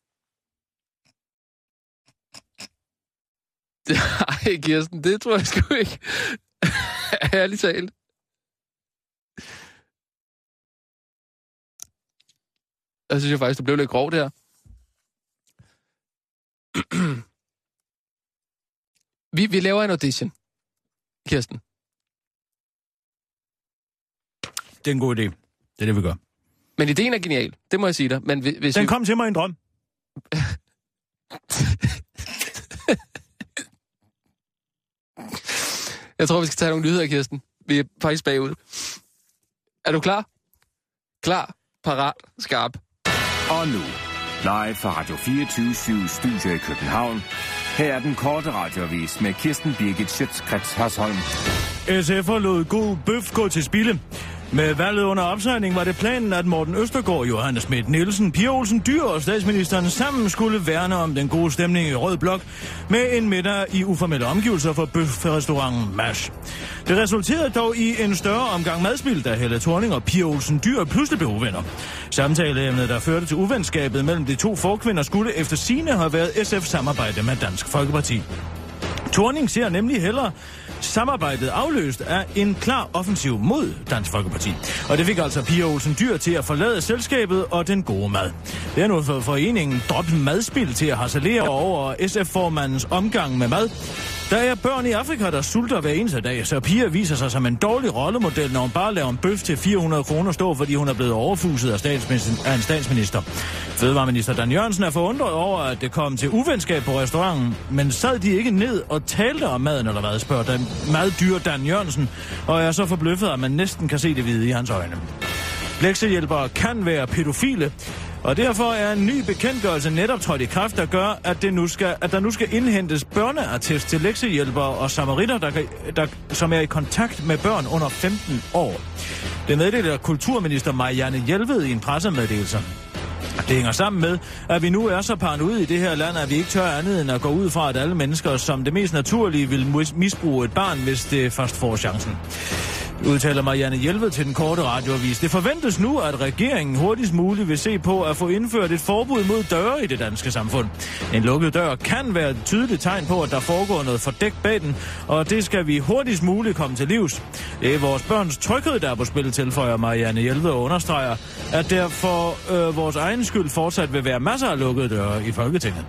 Nej, Kirsten, det tror jeg sgu ikke. Ærligt talt. Jeg synes jo faktisk, det blev lidt grov der. vi, vi laver en audition, Kirsten. Det er en god idé. Det er det, vi gør. Men ideen er genial, det må jeg sige dig. Men hvis Den vi... kom til mig i en drøm. Jeg tror, vi skal tage nogle nyheder, Kirsten. Vi er faktisk bagud. Er du klar? Klar, parat, skarp. Og nu, live fra Radio fireogtyve syv Studio i København. Her er den korte radioavis med Kirsten Birgit Schøtz-Krets Hørsholm. S F'er lod god bøf gå til spilde. Med valget under opsejling var det planen, at Morten Østergaard, Johannes Schmidt Nielsen, Pia Olsen Dyhr og statsministeren sammen skulle værne om den gode stemning i Rød Blok med en middag i uformelle omgivelser for bøfrestauranten MASH. Det resulterede dog i en større omgang madspil, da Helle Thorning og Pia Olsen Dyhr pludselig blev uvenner. Samtaleemnet, der førte til uvenskabet mellem de to forkvinder, skulle efter sigende have været S F's samarbejde med Dansk Folkeparti. Thorning ser nemlig hellere samarbejdet afløst af en klar offensiv mod Dansk Folkeparti. Og det fik altså Pia Olsen Dyhr til at forlade selskabet og den gode mad. Det er nu for foreningen droppet madspil til at harcelere over S F-formandens omgang med mad. Der er børn i Afrika, der sulter hver eneste dag, så Pia viser sig som en dårlig rollemodel, når hun bare laver en bøf til fire hundrede kroner stå, fordi hun er blevet overfuset af, af en statsminister. Fødevareminister Dan Jørgensen er forundret over, at det kom til uvenskab på restauranten, men sad de ikke ned og talte om maden, eller hvad, spørger den maddyr Dan Jørgensen, og er så forbløffet, at man næsten kan se det hvide i hans øjne. Lektiehjælpere kan være pædofile, og derfor er en ny bekendtgørelse netop trådt i kraft, der gør, at, det nu skal, at der nu skal indhentes børneattest til lektiehjælpere og samaritter, der, der, som er i kontakt med børn under femten år. Det meddeler kulturminister Marianne Jelved i en pressemeddelelse. Det hænger sammen med, at vi nu er så paranoide i det her land, at vi ikke tør andet end at gå ud fra, at alle mennesker som det mest naturlige vil misbruge et barn, hvis det først får chancen. Udtaler Marianne Jelved til den korte radioavis. Det forventes nu, at regeringen hurtigst muligt vil se på at få indført et forbud mod døre i det danske samfund. En lukket dør kan være et tydeligt tegn på, at der foregår noget fordækt bag den, og det skal vi hurtigst muligt komme til livs. Det er vores børns tryghed, der er på spil, tilføjer Marianne Jelved og understreger, at der for øh, vores egen skyld fortsat vil være masser af lukkede døre i Folketinget.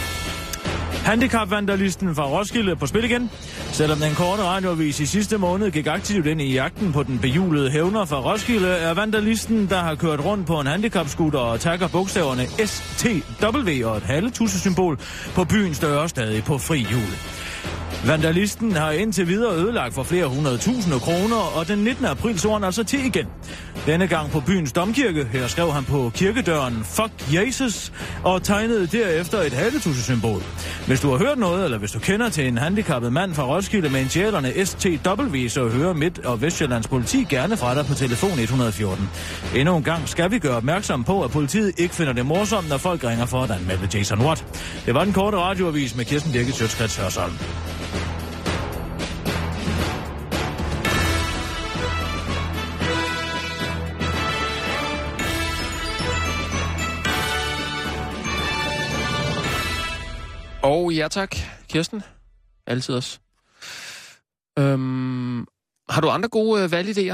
Handicapvandalisten fra Roskilde på spil igen. Selvom den korte radioavis i sidste måned gik aktivt ind i jagten på den behjulede hævner fra Roskilde, er vandalisten, der har kørt rundt på en handicapscooter og tagger bogstaverne S T W og et halletussesymbol på byens døre stadig på fri hjul. Vandalisten har indtil videre ødelagt for flere hundrede tusinde kroner, og den nittende april så han altså til igen. Denne gang på byens domkirke. Her skrev han på kirkedøren "Fuck Jesus" og tegnede derefter et halletussesymbol. Hvis du har hørt noget, eller hvis du kender til en handicappet mand fra Roskilde med initialerne S T W, så hører Midt- og Vestjyllands politi gerne fra dig på telefon et hundrede og fjorten. Endnu en gang skal vi gøre opmærksom på, at politiet ikke finder det morsomt, når folk ringer for at anmelde Jason Watt. Det var den korte radioavis med Kirsten Birgit Schøtz-Krets Hørsholm. Og ja tak, Kirsten. Altid også. Øhm, har du andre gode øh, valgidéer?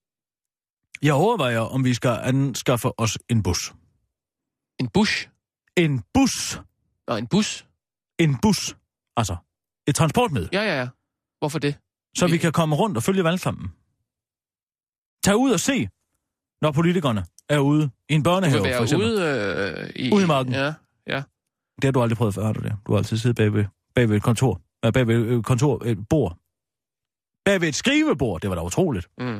Jeg overvejer, om vi skal anskaffe os en bus. En bush? En bus. Nå, en bus? En bus. Altså, et transportmiddel. Ja, ja, ja. Hvorfor det? Så vi, vi kan komme rundt og følge valgkampen. Tag ud og se, når politikerne er ude i en børnehave, for eksempel. Ude, øh, i, ude i marken. Ja, ja. Det har du aldrig prøvet før, har du det? Du har altid siddet bagved, bagved et kontor. Ja, bagved et kontor, et bord. Bagved et skrivebord. Det var da utroligt. Mm.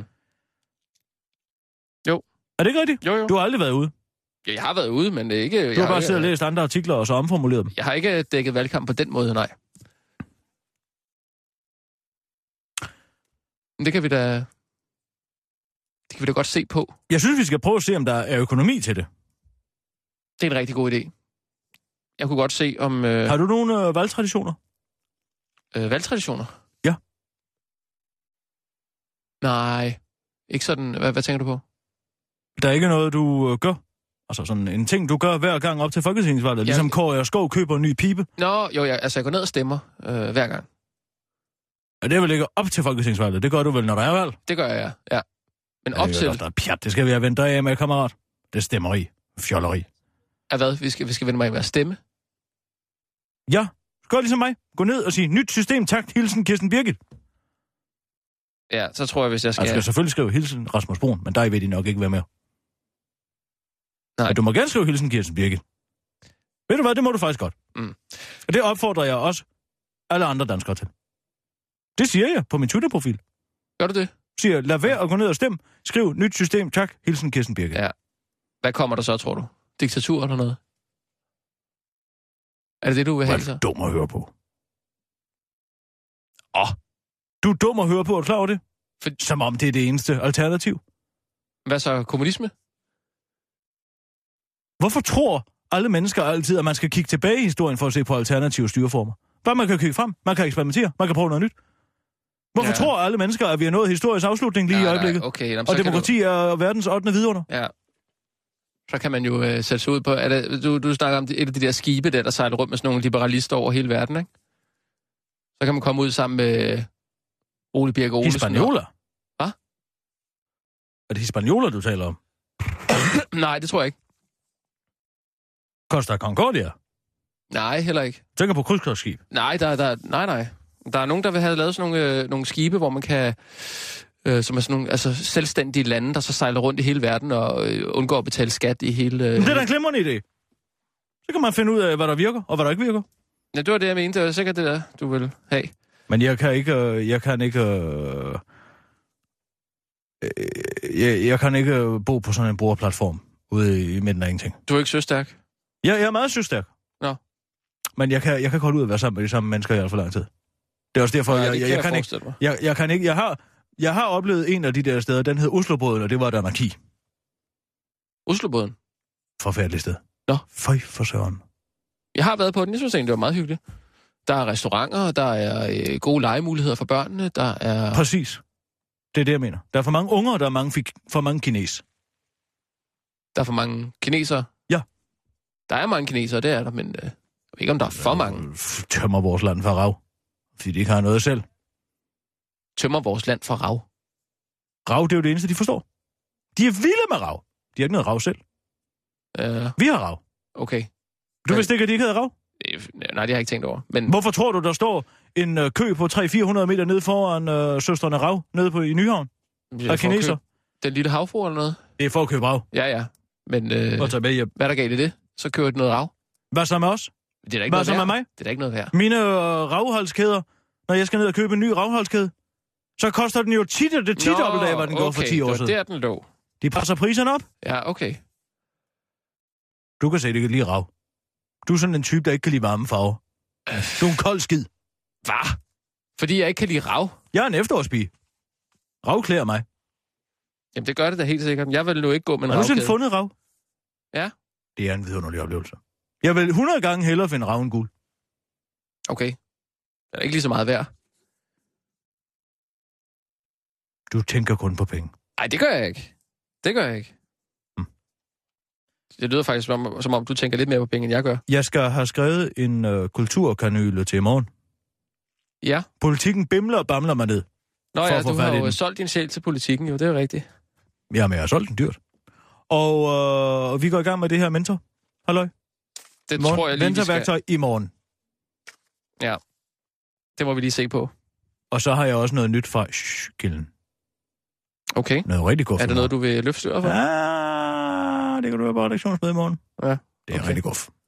Jo. Er det ikke rigtigt? Jo, jo. Du har aldrig været ude. Ja, jeg har været ude, men det er ikke... Du har jeg bare siddet og læst andre artikler og så omformuleret dem. Jeg har ikke dækket valgkamp på den måde, nej. Men det kan vi da... Det kan vi da godt se på. Jeg synes, vi skal prøve at se, om der er økonomi til det. Det er en rigtig god idé. Jeg kunne godt se, om... Øh... Har du nogle øh, valgtraditioner? Øh, valgtraditioner? Ja. Nej. Ikke sådan... Hvad, hvad tænker du på? Der er ikke noget, du øh, gør? Altså sådan en ting, du gør hver gang op til folketingsvalget? Ja. Ligesom Kåre Skov køber en ny pibe? Nå, jo, jeg, altså jeg går ned og stemmer øh, hver gang. Ja, det er vel ikke op til folketingsvalget? Det gør du vel, når der er valg? Det gør jeg, ja. Men ja, op det til... Der er pjat, det skal vi have vendt dig af med, kammerat. Det er stemmeri. Fjolleri. Ja, hvad? Vi skal, vi skal vende mig med at stemme? Ja, gør ligesom mig. Gå ned og sige, nyt system, tak, hilsen Kirsten Birgit. Ja, så tror jeg, hvis jeg skal... Jeg skal selvfølgelig skrive hilsen Rasmus Brun, men der vil de nok ikke være med. Nej. Men du må gerne skrive hilsen Kirsten Birgit. Ved du hvad, det må du faktisk godt. Mm. Og det opfordrer jeg også alle andre danskere til. Det siger jeg på min Twitter-profil. Gør du det? Siger, lad være at gå ned og stemme. Skriv nyt system, tak, hilsen Kirsten Birgit. Ja. Hvad kommer der så, tror du? Diktatur eller noget? Er det det, du vil have så? Hvor er du dum at høre på. Åh, du er dum at høre på, er du klar over det? For... Som om det er det eneste alternativ. Hvad så, kommunisme? Hvorfor tror alle mennesker altid, at man skal kigge tilbage i historien for at se på alternative styreformer? Bare man kan kigge frem, man kan eksperimentere, man kan prøve noget nyt. Hvorfor ja. tror alle mennesker, at vi har nået historisk afslutning lige nej, i øjeblikket? Nej, okay. Jamen, og demokrati du... er verdens ottende vidunder? Ja. Så kan man jo øh, sætte sig ud på... Er det, du, du snakker om et af de der skibe, der, der sejler rundt med sådan nogle liberalister over hele verden, ikke? Så kan man komme ud sammen med Ole Birk Olesen. Hispaniola? Hvad? Er det Hispaniola, du taler om? Nej, det tror jeg ikke. Costa Concordia? Nej, heller ikke. Tænker på krydskørsskib? Nej, der, der, nej, nej. Der er nogen, der vil have lavet sådan nogle, øh, nogle skibe, hvor man kan... Øh, som er sådan nogle altså, selvstændige lande, der så sejler rundt i hele verden og øh, undgår at betale skat i hele... Øh, Men det er da en glimrende idé. Så kan man finde ud af, hvad der virker, og hvad der ikke virker. Ja, det var det, jeg mente. Det var sikkert det der, du vil have. Men jeg kan ikke... Jeg kan ikke... Øh, jeg, jeg kan ikke bo på sådan en brugerplatform ude i midten af ingenting. Du er ikke søstærk? Ja, jeg er meget søstærk. Nå. Men jeg kan, jeg kan godt ud at være sammen med de samme mennesker i alt for lang tid. Det er også derfor, Nej, jeg, jeg, jeg, jeg, jeg, kan ikke, mig. jeg, jeg kan ikke... Jeg har, jeg har oplevet en af de der steder, den hed Oslobåden, og det var et anarki. Oslobåden? Forfærdeligt sted. Nå. Føj for søren. Jeg har været på den, jeg synes egentlig, det var meget hyggeligt. Der er restauranter, der er øh, gode legemuligheder for børnene, der er... Præcis. Det er det, jeg mener. Der er for mange unger, og der er mange fik, for mange kines. Der er for mange kinesere? Ja. Der er mange kinesere, det er der, men øh, jeg ved ikke, om der er for mange. Tømmer vores land for rav. Fordi de ikke har noget selv. Tømmer vores land for rav? Rav, det er jo det eneste, de forstår. De er vilde med rav. De har ikke noget rav selv. Uh, Vi har rav. Okay. Du men... vidste ikke, at de ikke havde rav? Nej, det har jeg ikke tænkt over. Men... Hvorfor tror du, der står en uh, kø på tre til fire hundrede meter nede foran uh, søstrene Rav, nede på i Nyhavn? Af kineser? Købe... Den lille havfru eller noget? Det er for at købe rav. Ja, ja. Men øh, og med hjem. Hvad er der galt i det? Så køber de noget rav. Hvad så med os? Det er da ikke hvad noget så værd. med mig? Det er da ikke noget værd. Mine øh, ravhalskæder, når jeg skal ned og købe en ny ravhalskæde, så koster den jo tit og det tit op, hvad den går okay, for ti år siden. Det er den lå. De presser priserne op. Ja, okay. Du kan se, det kan lide rav. Du er sådan en type, der ikke kan lide varme farver. Du er en kold skid. Hvad? Fordi jeg ikke kan lide rav? Jeg er en efterårspige. Rav klæder mig. Jamen, det gør det da helt sikkert. Jeg vil nu ikke gå med en ravkæde. Har du sådan fundet rav? Ja. Det er en vidunderlig oplevelse. Jeg vil hundrede gange hellere finde raven guld. Okay. Det er ikke lige så meget værd. Du tænker kun på penge. Nej, det gør jeg ikke. Det gør jeg ikke. Hmm. Det lyder faktisk som om, som om, du tænker lidt mere på penge, end jeg gør. Jeg skal have skrevet en øh, kulturkanyle til i morgen. Ja. Politikken bimler og bamler mig ned. Nå ja, du har jo solgt din sjæl til politikken, jo, det er jo rigtigt. Jamen, jeg har solgt den dyrt. Og øh, vi går i gang med det her mentor. Halløj. Det tror jeg lige, vi skal... Venstreværktøj i morgen. Ja, det må vi lige se på. Og så har jeg også noget nyt fra kilden. Okay. Noget rigtig godt. Er det noget, du vil løfte styr for? Ja, det kan du have på redaktionsmøde i morgen. Ja. Det er okay. rigtig godt.